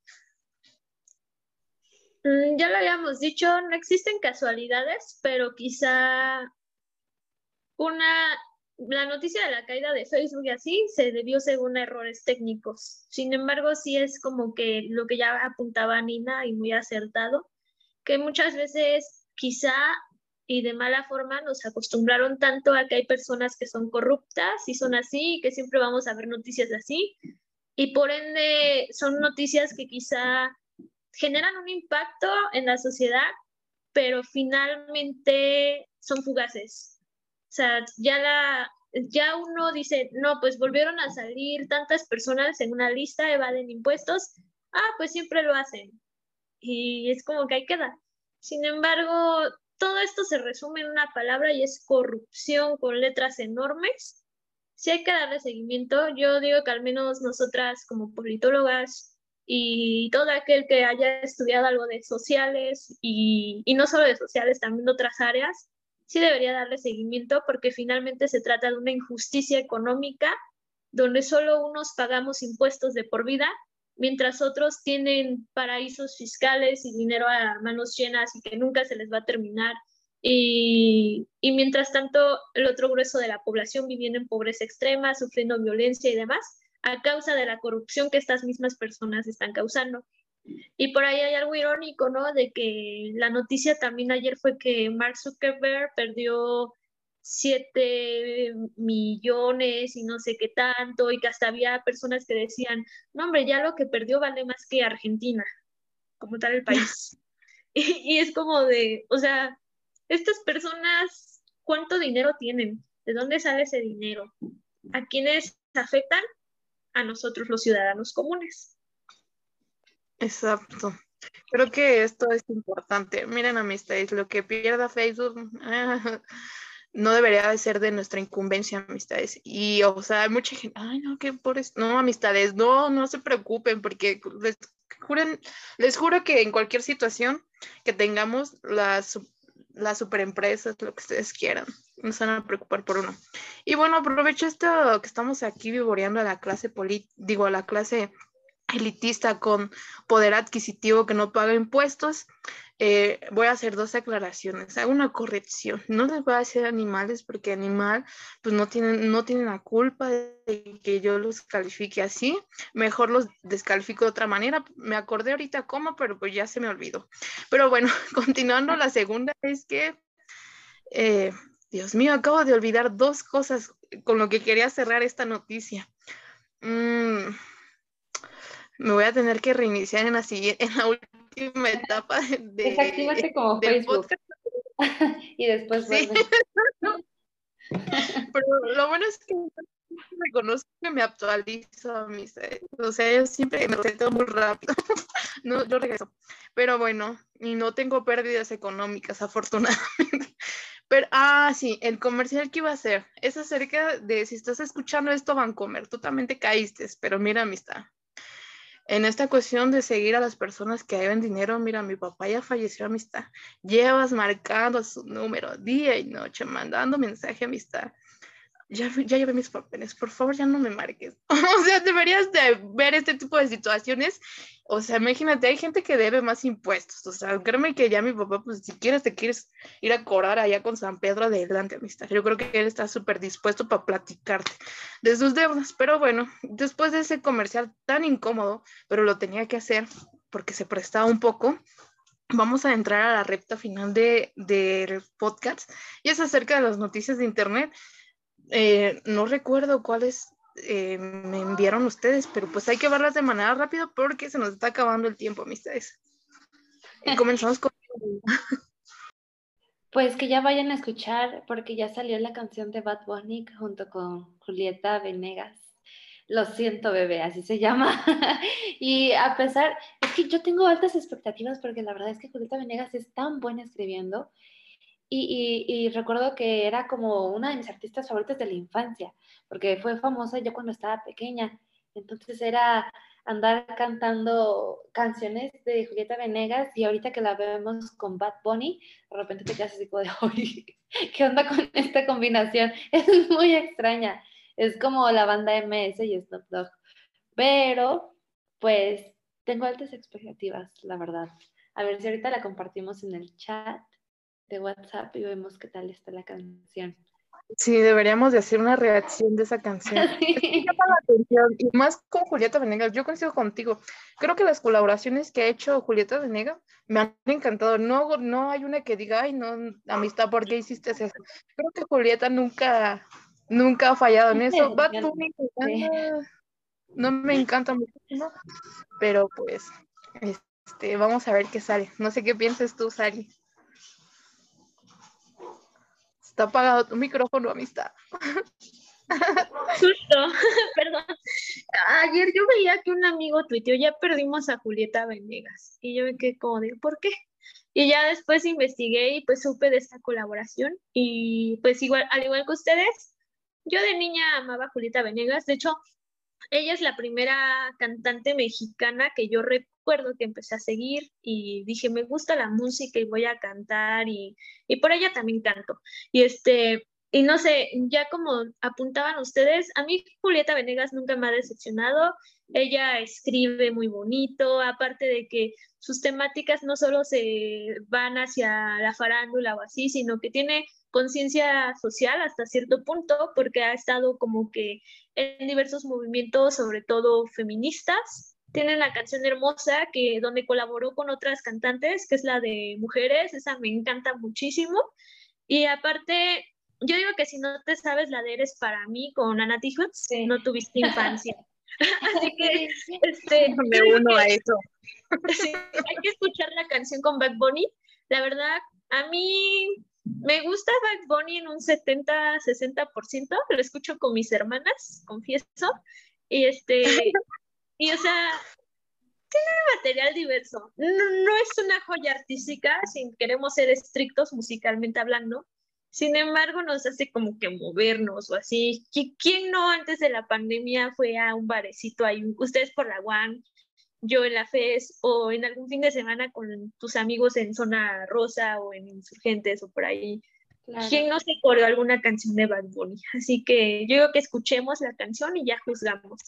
Speaker 2: Ya lo habíamos dicho, no existen casualidades, pero quizá una, la noticia de la caída de Facebook y así se debió según errores técnicos. Sin embargo, sí es como que lo que ya apuntaba Nina y muy acertado, que muchas veces quizá y de mala forma nos acostumbraron tanto a que hay personas que son corruptas y son así y que siempre vamos a ver noticias así y por ende son noticias que quizá generan un impacto en la sociedad, pero finalmente son fugaces. O sea, ya uno dice, no, pues volvieron a salir tantas personas en una lista, evaden impuestos, pues siempre lo hacen. Y es como que ahí queda. Sin embargo, todo esto se resume en una palabra y es corrupción con letras enormes. Si hay que darle seguimiento. Yo digo que al menos nosotras como politólogas y todo aquel que haya estudiado algo de sociales y no solo de sociales, también de otras áreas, sí debería darle seguimiento porque finalmente se trata de una injusticia económica donde solo unos pagamos impuestos de por vida, mientras otros tienen paraísos fiscales y dinero a manos llenas y que nunca se les va a terminar. Y mientras tanto, el otro grueso de la población viviendo en pobreza extrema, sufriendo violencia y demás, a causa de la corrupción que estas mismas personas están causando. Y por ahí hay algo irónico, ¿no? De que la noticia también ayer fue que Mark Zuckerberg perdió 7 millones y no sé qué tanto, y que hasta había personas que decían, no, hombre, ya lo que perdió vale más que Argentina, como tal el país. Y es como de, o sea, estas personas, ¿cuánto dinero tienen? ¿De dónde sale ese dinero? ¿A quiénes afectan? A nosotros los ciudadanos comunes.
Speaker 1: Exacto. Creo que esto es importante. Miren, amistades, lo que pierda Facebook no debería de ser de nuestra incumbencia, amistades. Y, o sea, hay mucha gente, ay, no, qué pobres. No, amistades, no se preocupen, porque les juro que en cualquier situación que tengamos, las superempresas, lo que ustedes quieran, no se van a preocupar por uno. Y bueno, aprovecho esto que estamos aquí vivoreando a la clase a la clase elitista con poder adquisitivo que no paga impuestos. voy a hacer dos aclaraciones. Hago una corrección. No les voy a decir animales porque animal, pues no tienen la culpa de que yo los califique así. Mejor los descalifico de otra manera. Me acordé ahorita cómo, pero pues ya se me olvidó. Pero bueno, continuando, la segunda es que, Dios mío, acabo de olvidar dos cosas con lo que quería cerrar esta noticia. Me voy a tener que reiniciar en la última etapa
Speaker 3: Desactívate como
Speaker 1: del
Speaker 3: Facebook
Speaker 1: podcast.
Speaker 3: y después
Speaker 1: Sí,
Speaker 3: vuelve.
Speaker 1: pero lo bueno es que reconozco que me actualizo a mis, o sea, yo siempre me siento muy rápido. No, yo regreso. Pero bueno, y no tengo pérdidas económicas, afortunadamente. Pero, sí, el comercial que iba a hacer es acerca de, si estás escuchando esto, Vancomer, tú también te caíste, pero mira, amistad. En esta cuestión de seguir a las personas que deben dinero, mira, mi papá ya falleció, amistad. Llevas marcando su número día y noche, mandando mensaje, amistad. Ya llevé mis papeles, por favor, ya no me marques. O sea, deberías de ver este tipo de situaciones. O sea, imagínate, hay gente que debe más impuestos. O sea, créeme que ya mi papá, pues si quieres, te quieres ir a cobrar allá con San Pedro, adelante, amistad. Yo creo que él está súper dispuesto para platicarte de sus deudas. Pero bueno, después de ese comercial tan incómodo, pero lo tenía que hacer porque se prestaba un poco, vamos a entrar a la recta final del podcast y es acerca de las noticias de internet. No recuerdo cuáles me enviaron ustedes, pero pues hay que verlas de manera rápida porque se nos está acabando el tiempo, amistades. Comenzamos con...
Speaker 3: Pues que ya vayan a escuchar porque ya salió la canción de Bad Bunny junto con Julieta Venegas. Lo siento, bebé, así se llama. Y a pesar, es que yo tengo altas expectativas porque la verdad es que Julieta Venegas es tan buena escribiendo. Y recuerdo que era como una de mis artistas favoritas de la infancia, porque fue famosa yo cuando estaba pequeña. Entonces era andar cantando canciones de Julieta Venegas y ahorita que la vemos con Bad Bunny, de repente te quedas así como de, oye, ¿qué onda con esta combinación? Es muy extraña. Es como la banda MS y Snoop Dogg. Pero, pues, tengo altas expectativas, la verdad. A ver si ahorita la compartimos en el chat de WhatsApp y vemos qué tal está la canción.
Speaker 1: Sí, deberíamos de hacer una reacción de esa canción. Es que llama la atención, y más con Julieta Venegas. Yo coincido contigo. Creo que las colaboraciones que ha hecho Julieta Venegas me han encantado. No hay una que diga, ay, no, amistad, ¿por qué hiciste eso? Creo que Julieta nunca ha fallado en eso. Bad Bunny,
Speaker 3: Sí.
Speaker 1: no me encanta muchísimo, pero pues, vamos a ver qué sale. No sé qué piensas tú, Sari. Está apagado tu micrófono, amistad.
Speaker 2: Justo, perdón. Ayer yo veía que un amigo tuiteó, ya perdimos a Julieta Venegas. Y yo me quedé como de, ¿por qué? Y ya después investigué y pues supe de esta colaboración. Y pues igual, al igual que ustedes, yo de niña amaba a Julieta Venegas. De hecho, ella es la primera cantante mexicana que yo recuerdo que empecé a seguir y dije, me gusta la música y voy a cantar y por ella también canto. Y no sé, ya como apuntaban ustedes, a mí Julieta Venegas nunca me ha decepcionado. Ella escribe muy bonito, aparte de que sus temáticas no solo se van hacia la farándula o así, sino que tiene conciencia social hasta cierto punto, porque ha estado como que en diversos movimientos, sobre todo feministas. Tienen la canción hermosa que donde colaboró con otras cantantes, que es la de Mujeres, esa me encanta muchísimo. Y aparte, yo digo que si no te sabes la de Eres para mí con Ana Tijoux,
Speaker 3: Sí.
Speaker 2: no tuviste infancia. Así que,
Speaker 1: Me
Speaker 2: yo digo
Speaker 1: uno a
Speaker 2: que
Speaker 1: eso.
Speaker 2: sí, hay que escuchar la canción con Bad Bunny. La verdad, a mí me gusta Bad Bunny en un 70-60%, lo escucho con mis hermanas, confieso. Y y o sea, material diverso. No, no es una joya artística, si queremos ser estrictos musicalmente hablando. Sin embargo, nos hace como que movernos o así. ¿Quién no antes de la pandemia fue a un barecito ahí? Ustedes por la UAN, yo en la FES o en algún fin de semana con tus amigos en Zona Rosa o en Insurgentes o por ahí.
Speaker 3: Claro.
Speaker 2: ¿Quién no se coreó alguna canción de Bad Bunny? Así que yo digo que escuchemos la canción y ya juzgamos.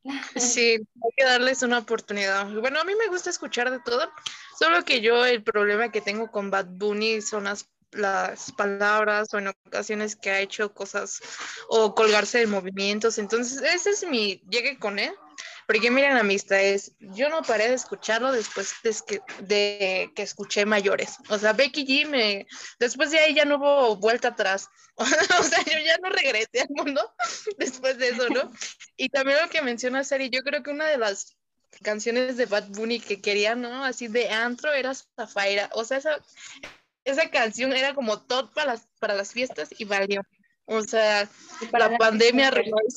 Speaker 1: Sí, hay que darles una oportunidad. Bueno, a mí me gusta escuchar de todo, solo que yo el problema que tengo con Bad Bunny son las palabras o en ocasiones que ha hecho cosas o colgarse de movimientos. Entonces, ese es mi llegue con él. Porque miren, amistades, yo no paré de escucharlo después de que escuché mayores. O sea, después de ahí ya no hubo vuelta atrás. O sea, yo ya no regresé al mundo después de eso, ¿no? Y también lo que menciona Sari, yo creo que una de las canciones de Bad Bunny que quería, ¿no? Así de antro era Zafaira. O sea, esa canción era como top para las fiestas y valió. O sea,
Speaker 3: Y para
Speaker 1: la
Speaker 3: la
Speaker 1: pandemia arruinó eso.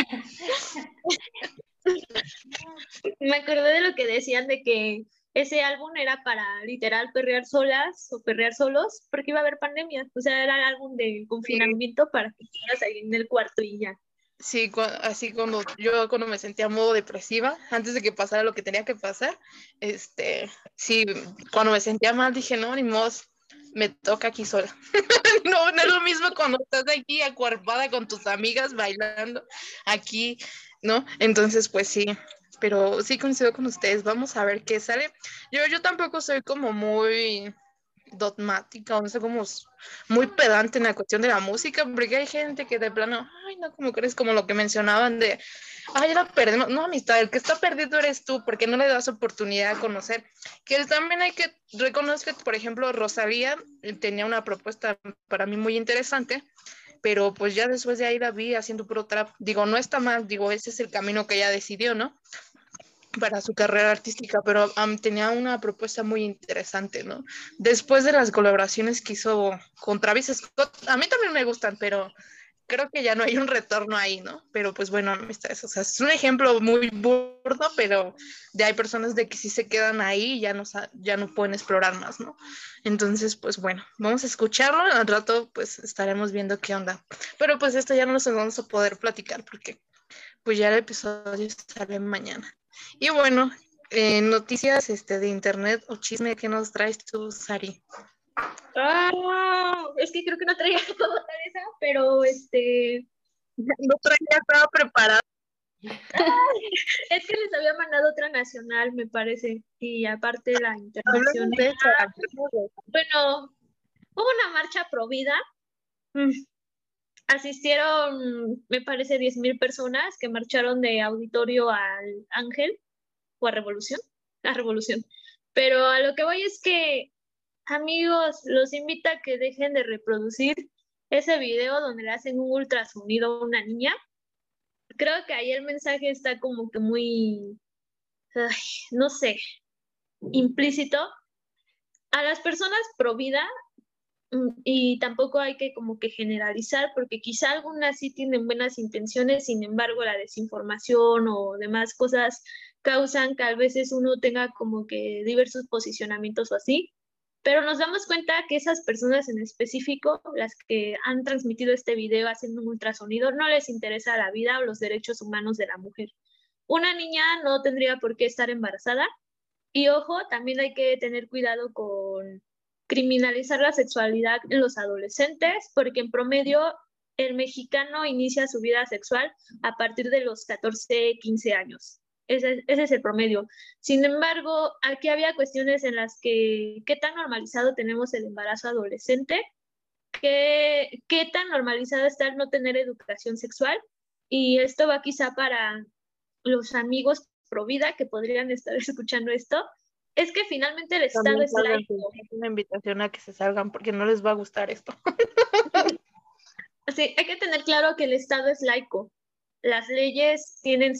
Speaker 2: Me acordé de lo que decían de que ese álbum era para literal perrear solas o perrear solos porque iba a haber pandemia. O sea, era el álbum de
Speaker 1: Sí,
Speaker 2: confinamiento para que estuvieras ahí en el cuarto y ya.
Speaker 1: sí, así cuando me sentía modo depresiva, antes de que pasara lo que tenía que pasar, sí, cuando me sentía mal dije, no, ni modo, me toca aquí sola. No, no es lo mismo cuando estás aquí acuerpada con tus amigas bailando aquí, ¿no? Entonces, pues sí, pero sí coincido con ustedes. Vamos a ver qué sale. Yo tampoco soy como muy dogmática, o no sé, como muy pedante en la cuestión de la música, porque hay gente que de plano, ay, no, como crees, como lo que mencionaban de, ay, ya la perdemos. No, amistad, el que está perdido eres tú, porque no le das oportunidad a conocer. Que también hay que reconocer que, por ejemplo, Rosalía tenía una propuesta para mí muy interesante, pero pues ya después de ahí la vi haciendo puro trap. Digo, no está mal, digo, ese es el camino que ella decidió, ¿no? Para su carrera artística, pero tenía una propuesta muy interesante, ¿no? Después de las colaboraciones que hizo con Travis Scott, a mí también me gustan, pero creo que ya no hay un retorno ahí, ¿no? Pero pues bueno, amistades, o sea, es un ejemplo muy burdo, pero ya hay personas de que sí se quedan ahí y ya no pueden explorar más, ¿no? Entonces, pues bueno, vamos a escucharlo, al rato pues estaremos viendo qué onda. Pero pues esto ya no nos vamos a poder platicar porque pues ya el episodio sale mañana. Y bueno, noticias de internet o chisme que nos traes tú, Sari.
Speaker 2: Ah, es que creo que no traía como tal esa, pero
Speaker 1: No traía, estaba preparada.
Speaker 2: es que les había mandado otra nacional, me parece, y aparte la
Speaker 1: Hablemos
Speaker 2: internacional.
Speaker 1: de eso. Hablemos de eso.
Speaker 2: Bueno, hubo una marcha pro vida. Mm, Asistieron, me parece, 10,000 personas que marcharon de Auditorio al Ángel o a Revolución, a Revolución. Pero a lo que voy es que, amigos, los invito a que dejen de reproducir ese video donde le hacen un ultrasonido a una niña. Creo que ahí el mensaje está como que muy, ay, no sé, implícito. A las personas pro vida, y tampoco hay que como que generalizar, porque quizá algunas sí tienen buenas intenciones, sin embargo la desinformación o demás cosas causan que a veces uno tenga como que diversos posicionamientos o así, pero nos damos cuenta que esas personas en específico, las que han transmitido este video haciendo un ultrasonido, no les interesa la vida o los derechos humanos de la mujer. Una niña no tendría por qué estar embarazada, y ojo, también hay que tener cuidado con criminalizar la sexualidad en los adolescentes, porque en promedio el mexicano inicia su vida sexual a partir de los 14, 15 años. Ese es el promedio. Sin embargo, aquí había cuestiones en las que, ¿qué tan normalizado tenemos el embarazo adolescente? ¿Qué tan normalizado está el no tener educación sexual? Y esto va quizá para los amigos pro vida que podrían estar escuchando esto, es que finalmente el Estado
Speaker 1: También
Speaker 2: es
Speaker 1: salgan,
Speaker 2: laico.
Speaker 1: es una invitación a que se salgan porque no les va a gustar esto.
Speaker 2: Sí, hay que tener claro que el Estado es laico. Las leyes tienen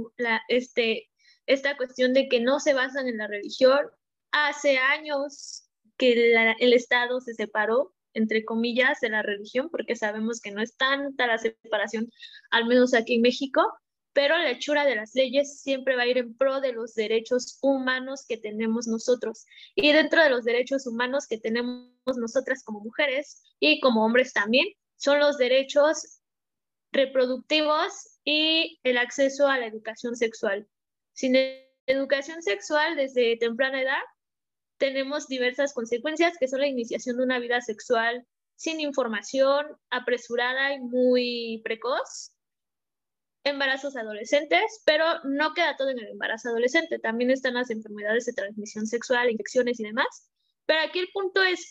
Speaker 2: esta cuestión de que no se basan en la religión. Hace años que el Estado se separó, entre comillas, de la religión, porque sabemos que no es tanta la separación, al menos aquí en México, pero la hechura de las leyes siempre va a ir en pro de los derechos humanos que tenemos nosotros. Y dentro de los derechos humanos que tenemos nosotras como mujeres y como hombres también, son los derechos reproductivos y el acceso a la educación sexual. Sin educación sexual desde temprana edad, tenemos diversas consecuencias que son la iniciación de una vida sexual sin información, apresurada y muy precoz, embarazos adolescentes, pero no queda todo en el embarazo adolescente, también están las enfermedades de transmisión sexual, infecciones y demás. Pero aquí el punto es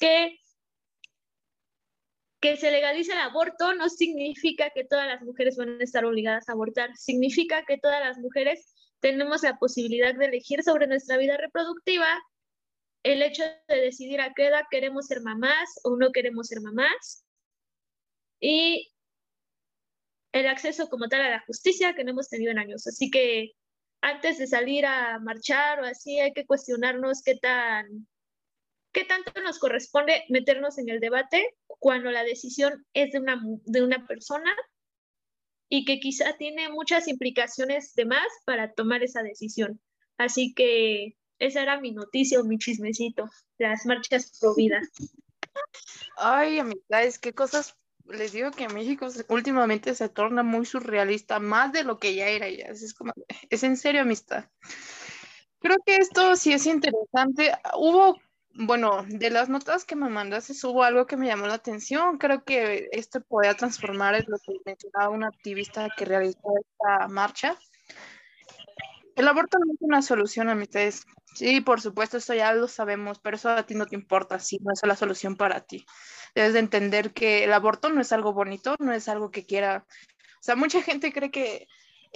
Speaker 2: que se legalice el aborto no significa que todas las mujeres van a estar obligadas a abortar, significa que todas las mujeres tenemos la posibilidad de elegir sobre nuestra vida reproductiva, el hecho de decidir a qué edad queremos ser mamás o no queremos ser mamás, y el acceso como tal a la justicia que no hemos tenido en años. Así que antes de salir a marchar o así, hay que cuestionarnos qué tanto nos corresponde meternos en el debate cuando la decisión es de una persona y que quizá tiene muchas implicaciones de más para tomar esa decisión. Así que esa era mi noticia o mi chismecito, las marchas pro vida.
Speaker 1: Ay, amistades, qué cosas. Les digo que México últimamente se torna muy surrealista, más de lo que ya era ya. Es como, es en serio, amistad. Creo que esto sí es interesante. Hubo, bueno, de las notas que me mandaste, hubo algo que me llamó la atención. Creo que esto podía transformar en lo que mencionaba una activista que realizó esta marcha. El aborto no es una solución, amistades. Sí, por supuesto, esto ya lo sabemos, pero eso a ti no te importa, sí, no es la solución para ti. Debes de entender que el aborto no es algo bonito, no es algo que quiera. O sea, mucha gente cree que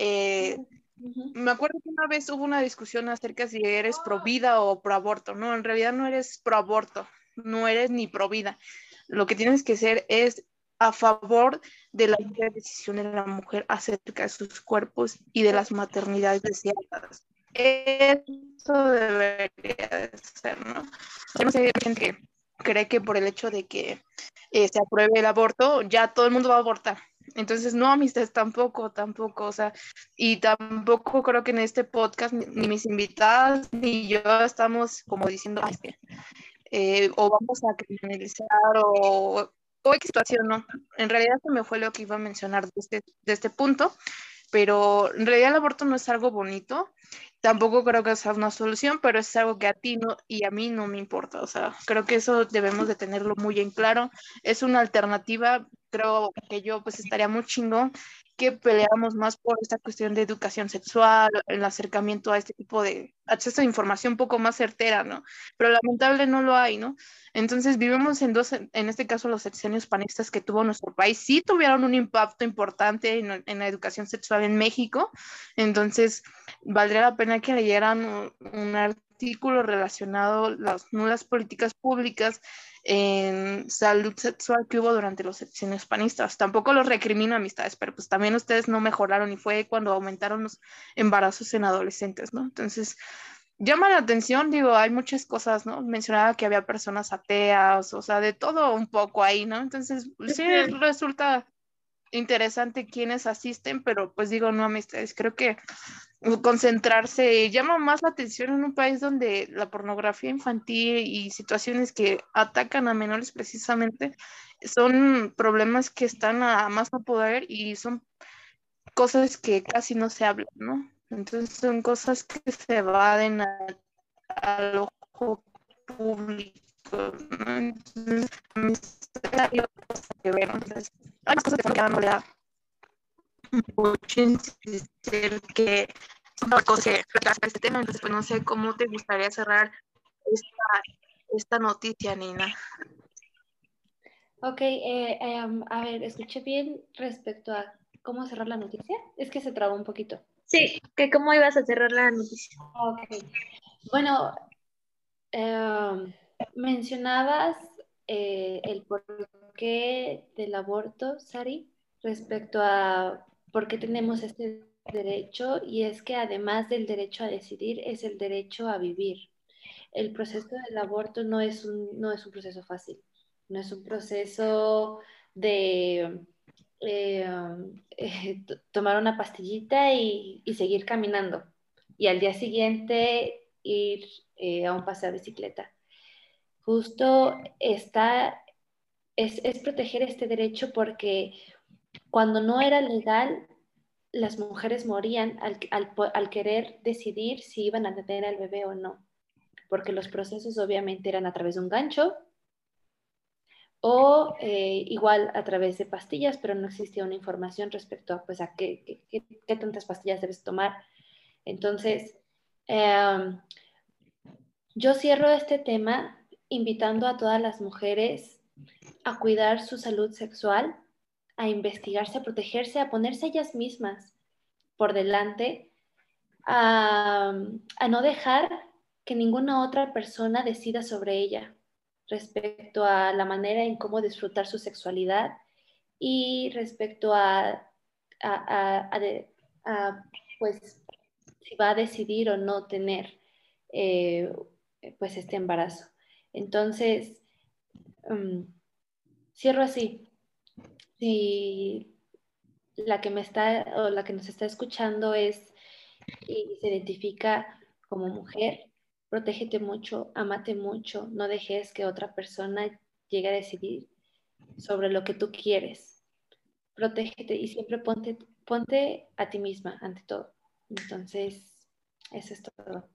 Speaker 1: me acuerdo que una vez hubo una discusión acerca de si eres pro vida o pro aborto. No, en realidad no eres pro aborto, no eres ni pro vida. Lo que tienes que ser es a favor de la libre decisión de la mujer acerca de sus cuerpos y de las maternidades deseadas. Eso debería de ser, ¿no? Yo no sé, hay gente que cree que por el hecho de que se apruebe el aborto, ya todo el mundo va a abortar. Entonces, no, amistades, tampoco, o sea, y tampoco creo que en este podcast ni mis invitadas ni yo estamos como diciendo, "Ay, es que, o vamos a criminalizar o X situación, ¿no? En realidad se me fue lo que iba a mencionar de este punto, pero en realidad el aborto no es algo bonito, tampoco creo que sea una solución, pero es algo que a ti no, y a mí no me importa, o sea, creo que eso debemos de tenerlo muy en claro, es una alternativa, creo que yo pues estaría muy chingón que peleáramos más por esta cuestión de educación sexual, el acercamiento a este tipo de acceso a información un poco más certera, ¿no? Pero lamentable no lo hay, ¿no? Entonces vivimos en este caso los sexenios panistas que tuvo nuestro país, sí tuvieron un impacto importante en la educación sexual en México, entonces valdría la pena que leyeran un artículo relacionado a las nulas políticas públicas en salud sexual que hubo durante los sexenios panistas. Tampoco los recrimino amistades, pero pues también ustedes no mejoraron y fue cuando aumentaron los embarazos en adolescentes, ¿no? Entonces, llama la atención, digo, hay muchas cosas, ¿no? Mencionaba que había personas ateas, o sea, de todo un poco ahí, ¿no? Entonces, sí resulta interesante quienes asisten, pero pues digo, no, amistades, creo que concentrarse llama más la atención en un país donde la pornografía infantil y situaciones que atacan a menores precisamente son problemas que están a más no poder y son cosas que casi no se hablan, ¿no? Entonces son cosas que se evaden al ojo público, ¿no? Entonces, hay cosas que ver, ¿no? Entonces, hay más cosas que están quedando ya mucho insistir que son cosas que retrasa este tema, entonces pues no sé cómo te gustaría cerrar esta noticia, Nina.
Speaker 3: Ok, a ver, escuché bien respecto a cómo cerrar la noticia. Es que se trabó un poquito.
Speaker 2: Sí, que cómo ibas a cerrar la noticia.
Speaker 3: Ok. Bueno, mencionabas el porqué del aborto, Sari, respecto a por qué tenemos este derecho, y es que además del derecho a decidir, es el derecho a vivir. El proceso del aborto no es un proceso fácil, no es un proceso de tomar una pastillita y seguir caminando, y al día siguiente ir a un paseo de bicicleta. Justo es proteger este derecho porque cuando no era legal, las mujeres morían al querer decidir si iban a tener al bebé o no, porque los procesos obviamente eran a través de un gancho, o igual a través de pastillas, pero no existía una información respecto a, pues, a qué tantas pastillas debes tomar. Entonces, yo cierro este tema invitando a todas las mujeres a cuidar su salud sexual, a investigarse, a protegerse, a ponerse ellas mismas por delante, a no dejar que ninguna otra persona decida sobre ella respecto a la manera en cómo disfrutar su sexualidad y respecto a, pues, si va a decidir o no tener pues este embarazo. Entonces, cierro así. Si la que me está o la que nos está escuchando es y se identifica como mujer, protégete mucho, amate mucho, no dejes que otra persona llegue a decidir sobre lo que tú quieres. Protégete y siempre ponte a ti misma ante todo. Entonces, eso es todo.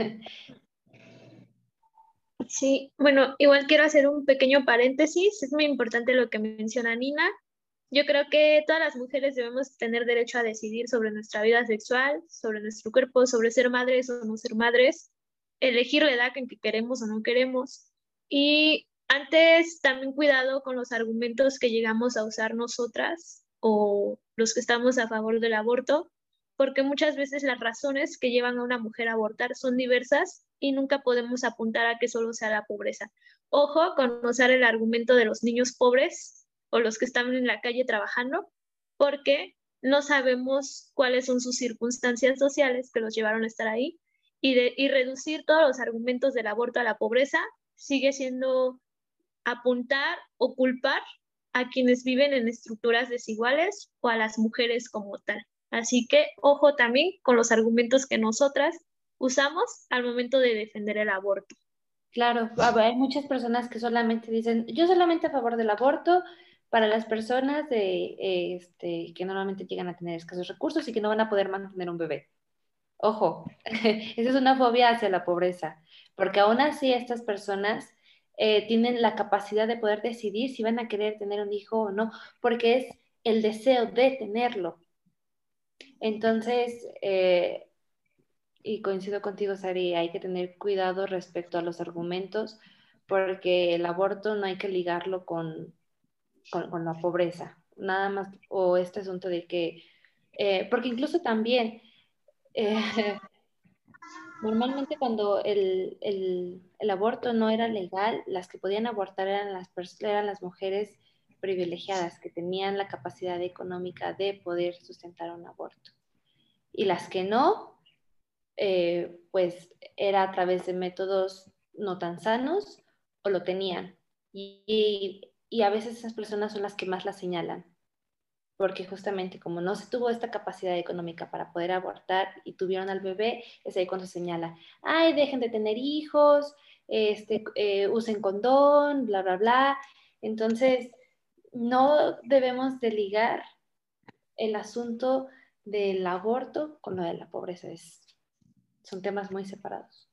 Speaker 2: Sí, bueno, igual quiero hacer un pequeño paréntesis. Es muy importante lo que menciona Nina. Yo creo que todas las mujeres debemos tener derecho a decidir sobre nuestra vida sexual, sobre nuestro cuerpo, sobre ser madres o no ser madres, elegir la edad en que queremos o no queremos. Y antes también cuidado con los argumentos que llegamos a usar nosotras o los que estamos a favor del aborto, porque muchas veces las razones que llevan a una mujer a abortar son diversas y nunca podemos apuntar a que solo sea la pobreza. Ojo con usar el argumento de los niños pobres o los que están en la calle trabajando, porque no sabemos cuáles son sus circunstancias sociales que los llevaron a estar ahí y reducir todos los argumentos del aborto a la pobreza sigue siendo apuntar o culpar a quienes viven en estructuras desiguales o a las mujeres como tal. Así que ojo también con los argumentos que nosotras usamos al momento de defender el aborto.
Speaker 3: Claro, hay muchas personas que solamente dicen, yo solamente a favor del aborto para las personas que normalmente llegan a tener escasos recursos y que no van a poder mantener un bebé. Ojo, esa es una fobia hacia la pobreza, porque aún así estas personas tienen la capacidad de poder decidir si van a querer tener un hijo o no, porque es el deseo de tenerlo. Entonces, y coincido contigo, Sari, hay que tener cuidado respecto a los argumentos, porque el aborto no hay que ligarlo con la pobreza, nada más, o este asunto de que, porque incluso también, eh, normalmente cuando el aborto no era legal, las que podían abortar eran las mujeres privilegiadas que tenían la capacidad económica de poder sustentar un aborto. Y las que no, pues era a través de métodos no tan sanos o lo tenían. Y a veces esas personas son las que más la señalan, porque justamente como no se tuvo esta capacidad económica para poder abortar y tuvieron al bebé, es ahí cuando se señala, ay, dejen de tener hijos, usen condón, bla, bla, bla. Entonces, no debemos de ligar el asunto del aborto con lo de la pobreza. Son temas muy separados.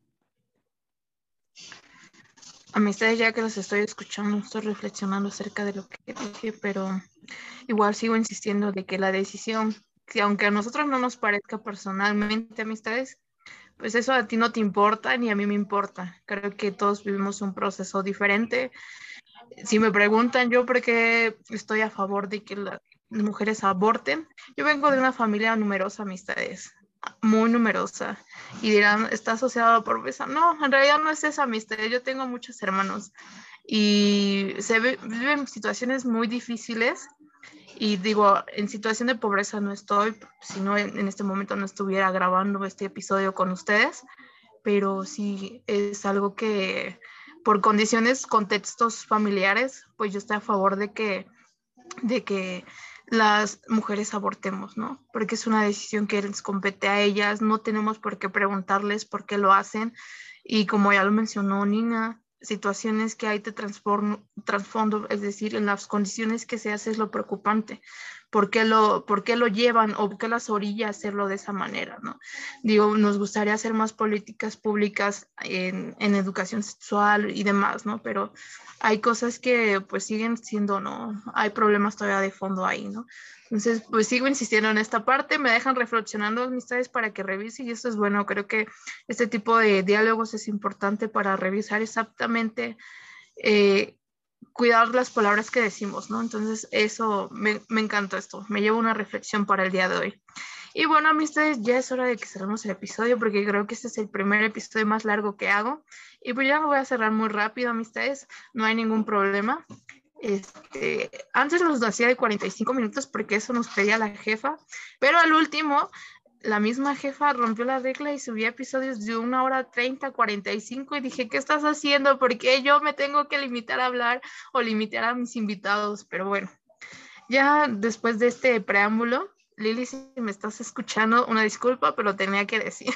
Speaker 1: Amistades, ya que los estoy escuchando, estoy reflexionando acerca de lo que dije, pero igual sigo insistiendo de que la decisión, que aunque a nosotros no nos parezca personalmente, amistades, pues eso a ti no te importa ni a mí me importa. Creo que todos vivimos un proceso diferente. Si me preguntan yo por qué estoy a favor de que las mujeres aborten, yo vengo de una familia numerosa, amistades, muy numerosa, y dirán, ¿está asociado a la pobreza? No, en realidad no es esa amistad. Yo tengo muchos hermanos y viven situaciones muy difíciles. Y digo, en situación de pobreza no estoy, si no en este momento no estuviera grabando este episodio con ustedes, pero sí es algo que por condiciones, contextos familiares, pues yo estoy a favor de que las mujeres abortemos, ¿no? Porque es una decisión que les compete a ellas, no tenemos por qué preguntarles por qué lo hacen, y como ya lo mencionó Nina, situaciones que hay de trasfondo, es decir, en las condiciones que se hace es lo preocupante, por qué lo llevan o qué las orilla a hacerlo de esa manera, ¿no? Digo, nos gustaría hacer más políticas públicas en educación sexual y demás, ¿no? Pero hay cosas que pues siguen siendo, ¿no? Hay problemas todavía de fondo ahí, ¿no? Entonces, pues sigo insistiendo en esta parte, me dejan reflexionando amistades para que revise y esto es bueno, creo que este tipo de diálogos es importante para revisar exactamente, cuidar las palabras que decimos, ¿no? Entonces, eso me encantó esto, me lleva una reflexión para el día de hoy. Y bueno, amistades, ya es hora de que cerremos el episodio porque creo que este es el primer episodio más largo que hago. Y pues ya lo voy a cerrar muy rápido, amistades, no hay ningún problema. Antes los hacía de 45 minutos porque eso nos pedía la jefa, pero al último la misma jefa rompió la regla y subía episodios de 1 hora 30, 45 y dije, ¿qué estás haciendo? ¿Por qué yo me tengo que limitar a hablar o limitar a mis invitados? Pero bueno, ya después de este preámbulo, Lili, si me estás escuchando, una disculpa, pero tenía que decir.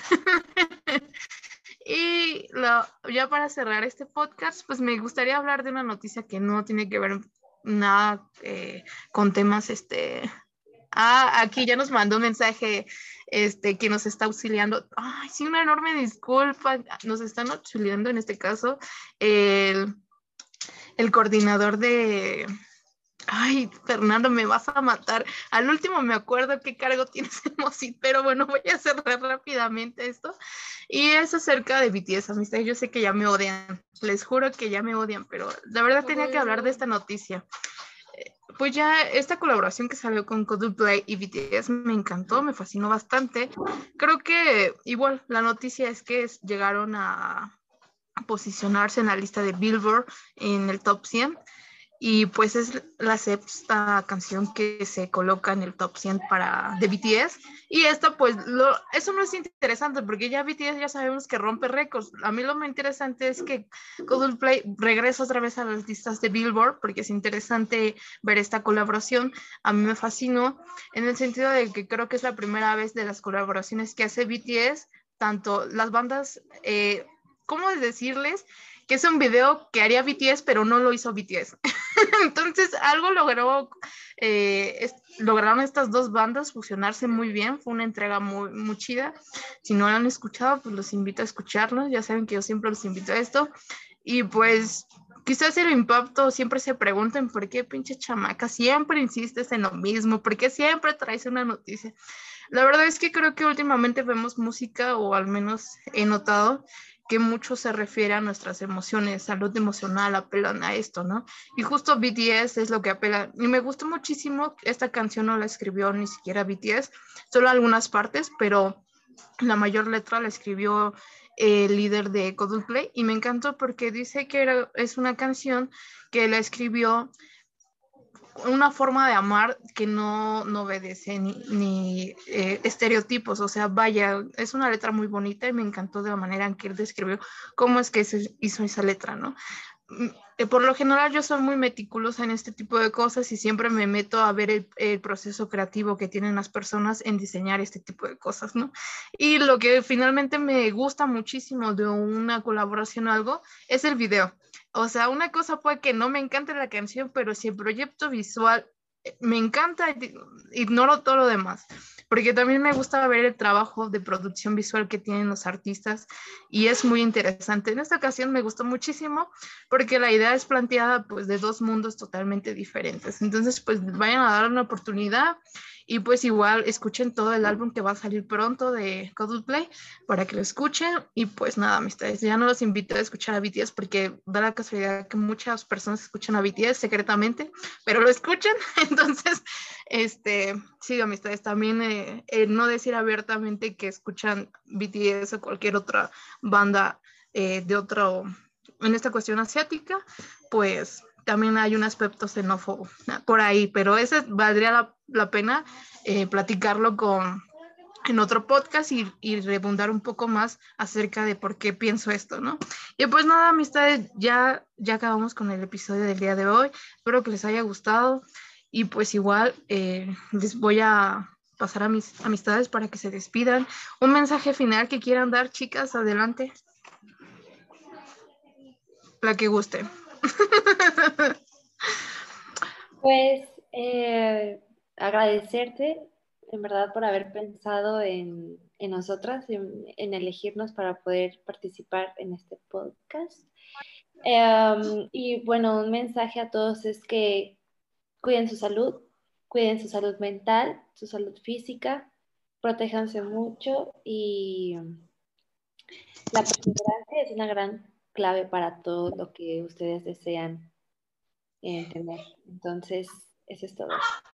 Speaker 1: Y ya para cerrar este podcast, pues me gustaría hablar de una noticia que no tiene que ver nada con temas, aquí ya nos mandó un mensaje, que nos está auxiliando. Ay, sí, una enorme disculpa. Nos están auxiliando en este caso el, el coordinador de... Ay, Fernando, me vas a matar. Al último me acuerdo qué cargo tienes en Mosit, pero bueno, voy a cerrar rápidamente esto. Y es acerca de BTS, amistades. Yo sé que ya me odian, les juro que ya me odian, pero la verdad tenía que hablar de esta noticia. Pues ya esta colaboración que salió con Coldplay y BTS me encantó, me fascinó bastante. Creo que igual la noticia es que llegaron a posicionarse en la lista de Billboard en el top 100 y pues es la sexta canción que se coloca en el top 100 de BTS. Y esto pues, eso no es interesante porque ya BTS ya sabemos que rompe récords. A mí lo más interesante es que Coldplay regresa otra vez a las listas de Billboard porque es interesante ver esta colaboración. A mí me fascinó en el sentido de que creo que es la primera vez de las colaboraciones que hace BTS, tanto las bandas, ¿cómo decirles? Que es un video que haría BTS, pero no lo hizo BTS. Entonces, algo lograron estas dos bandas fusionarse muy bien. Fue una entrega muy, muy chida. Si no lo han escuchado, pues los invito a escucharlo. Ya saben que yo siempre los invito a esto. Y pues, quizás el impacto siempre se pregunten por qué pinche chamaca siempre insistes en lo mismo, por qué siempre traes una noticia. La verdad es que creo que últimamente vemos música, o al menos he notado, que mucho se refiere a nuestras emociones, salud emocional, apelan a esto, ¿no? Y justo BTS es lo que apela. Y me gustó muchísimo, esta canción no la escribió ni siquiera BTS, solo algunas partes, pero la mayor letra la escribió el líder de Coldplay y me encantó porque dice que es una canción que la escribió una forma de amar que no obedece ni estereotipos, o sea, vaya, es una letra muy bonita y me encantó de la manera en que él describió cómo es que se hizo esa letra, ¿no? Por lo general yo soy muy meticulosa en este tipo de cosas y siempre me meto a ver el proceso creativo que tienen las personas en diseñar este tipo de cosas, ¿no? Y lo que finalmente me gusta muchísimo de una colaboración o algo es el video. O sea, una cosa puede que no me encante la canción, pero si el proyecto visual me encanta, ignoro todo lo demás, porque también me gusta ver el trabajo de producción visual que tienen los artistas y es muy interesante. En esta ocasión me gustó muchísimo porque la idea es planteada pues de dos mundos totalmente diferentes. Entonces pues vayan a dar una oportunidad y pues igual escuchen todo el álbum que va a salir pronto de Coldplay para que lo escuchen y pues nada, amistades, ya no los invito a escuchar a BTS porque da la casualidad que muchas personas escuchan a BTS secretamente, pero lo escuchan. Entonces, sí, amistades, también no decir abiertamente que escuchan BTS o cualquier otra banda de otro, en esta cuestión asiática, pues también hay un aspecto xenófobo por ahí, pero ese valdría la pena platicarlo en otro podcast y rebundar un poco más acerca de por qué pienso esto, ¿no? Y pues nada, amistades, ya acabamos con el episodio del día de hoy. Espero que les haya gustado y pues igual les voy a pasar a mis amistades para que se despidan. Un mensaje final que quieran dar, chicas, adelante. La que guste.
Speaker 3: Pues agradecerte, en verdad, por haber pensado en nosotras, en elegirnos para poder participar en este podcast. Y bueno, un mensaje a todos es que cuiden su salud mental, su salud física, protéjanse mucho y la perseverancia es una gran clave para todo lo que ustedes desean tener. Entonces, eso es todo.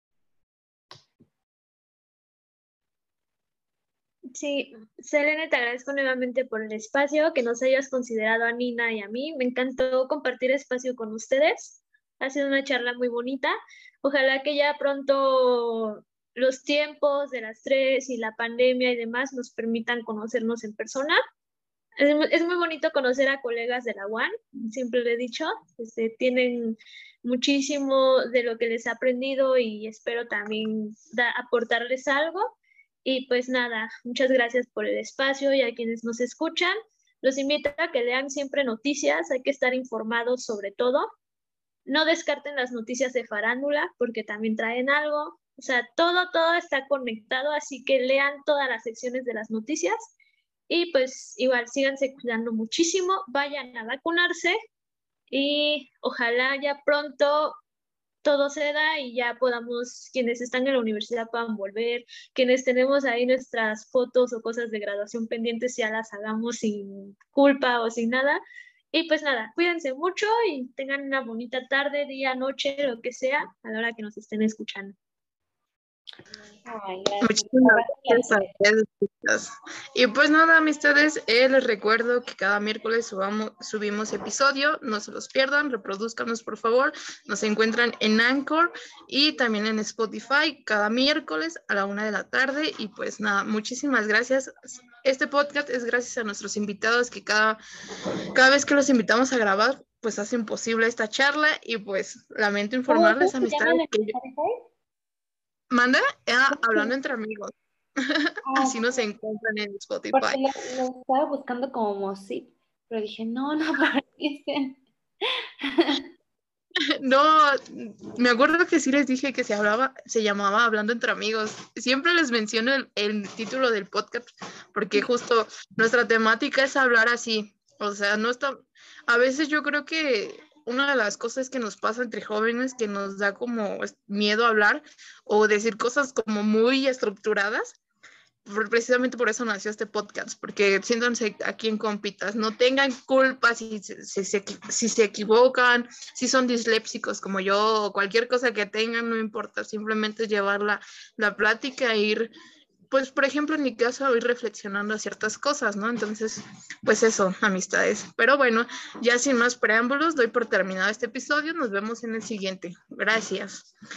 Speaker 2: Sí, Selene, te agradezco nuevamente por el espacio, que nos hayas considerado a Nina y a mí. Me encantó compartir espacio con ustedes. Ha sido una charla muy bonita. Ojalá que ya pronto los tiempos de las tres y la pandemia y demás nos permitan conocernos en persona. Es muy bonito conocer a colegas de la UAN, siempre lo he dicho, tienen muchísimo de lo que les he aprendido y espero también aportarles algo. Y pues nada, muchas gracias por el espacio y a quienes nos escuchan. Los invito a que lean siempre noticias, hay que estar informados sobre todo. No descarten las noticias de farándula porque también traen algo. O sea, todo está conectado, así que lean todas las secciones de las noticias. Y pues igual síganse cuidando muchísimo, vayan a vacunarse y ojalá ya pronto todo se da y ya podamos, quienes están en la universidad puedan volver, quienes tenemos ahí nuestras fotos o cosas de graduación pendientes ya las hagamos sin culpa o sin nada. Y pues nada, cuídense mucho y tengan una bonita tarde, día, noche, lo que sea, a la hora que nos estén escuchando.
Speaker 3: Ay, gracias.
Speaker 1: Muchísimas gracias a ustedes, chicas. Y pues nada, amistades, les recuerdo que cada miércoles subimos episodio, no se los pierdan, reproduzcanos por favor. Nos encuentran en Anchor y también en Spotify cada miércoles a la 1 de la tarde. Y pues nada, muchísimas gracias. Este podcast es gracias a nuestros invitados que cada vez que los invitamos a grabar, pues hacen posible esta charla. Y pues lamento informarles, amistades, que manda hablando entre amigos. Así nos encuentran en Spotify.
Speaker 3: Porque lo estaba buscando como Mozip, pero dije, no aparecen.
Speaker 1: No, me acuerdo que sí les dije que se llamaba Hablando entre Amigos. Siempre les menciono el título del podcast porque justo nuestra temática es hablar así. O sea, no está. A veces yo creo que una de las cosas que nos pasa entre jóvenes que nos da como miedo a hablar o decir cosas como muy estructuradas. Precisamente por eso nació este podcast, porque siéntanse aquí en compitas, no tengan culpa si se equivocan, si son disléxicos como yo, o cualquier cosa que tengan, no importa, simplemente llevar la plática e ir, pues por ejemplo en mi caso, ir reflexionando a ciertas cosas, ¿no? Entonces, pues eso, amistades. Pero bueno, ya sin más preámbulos, doy por terminado este episodio, nos vemos en el siguiente. Gracias.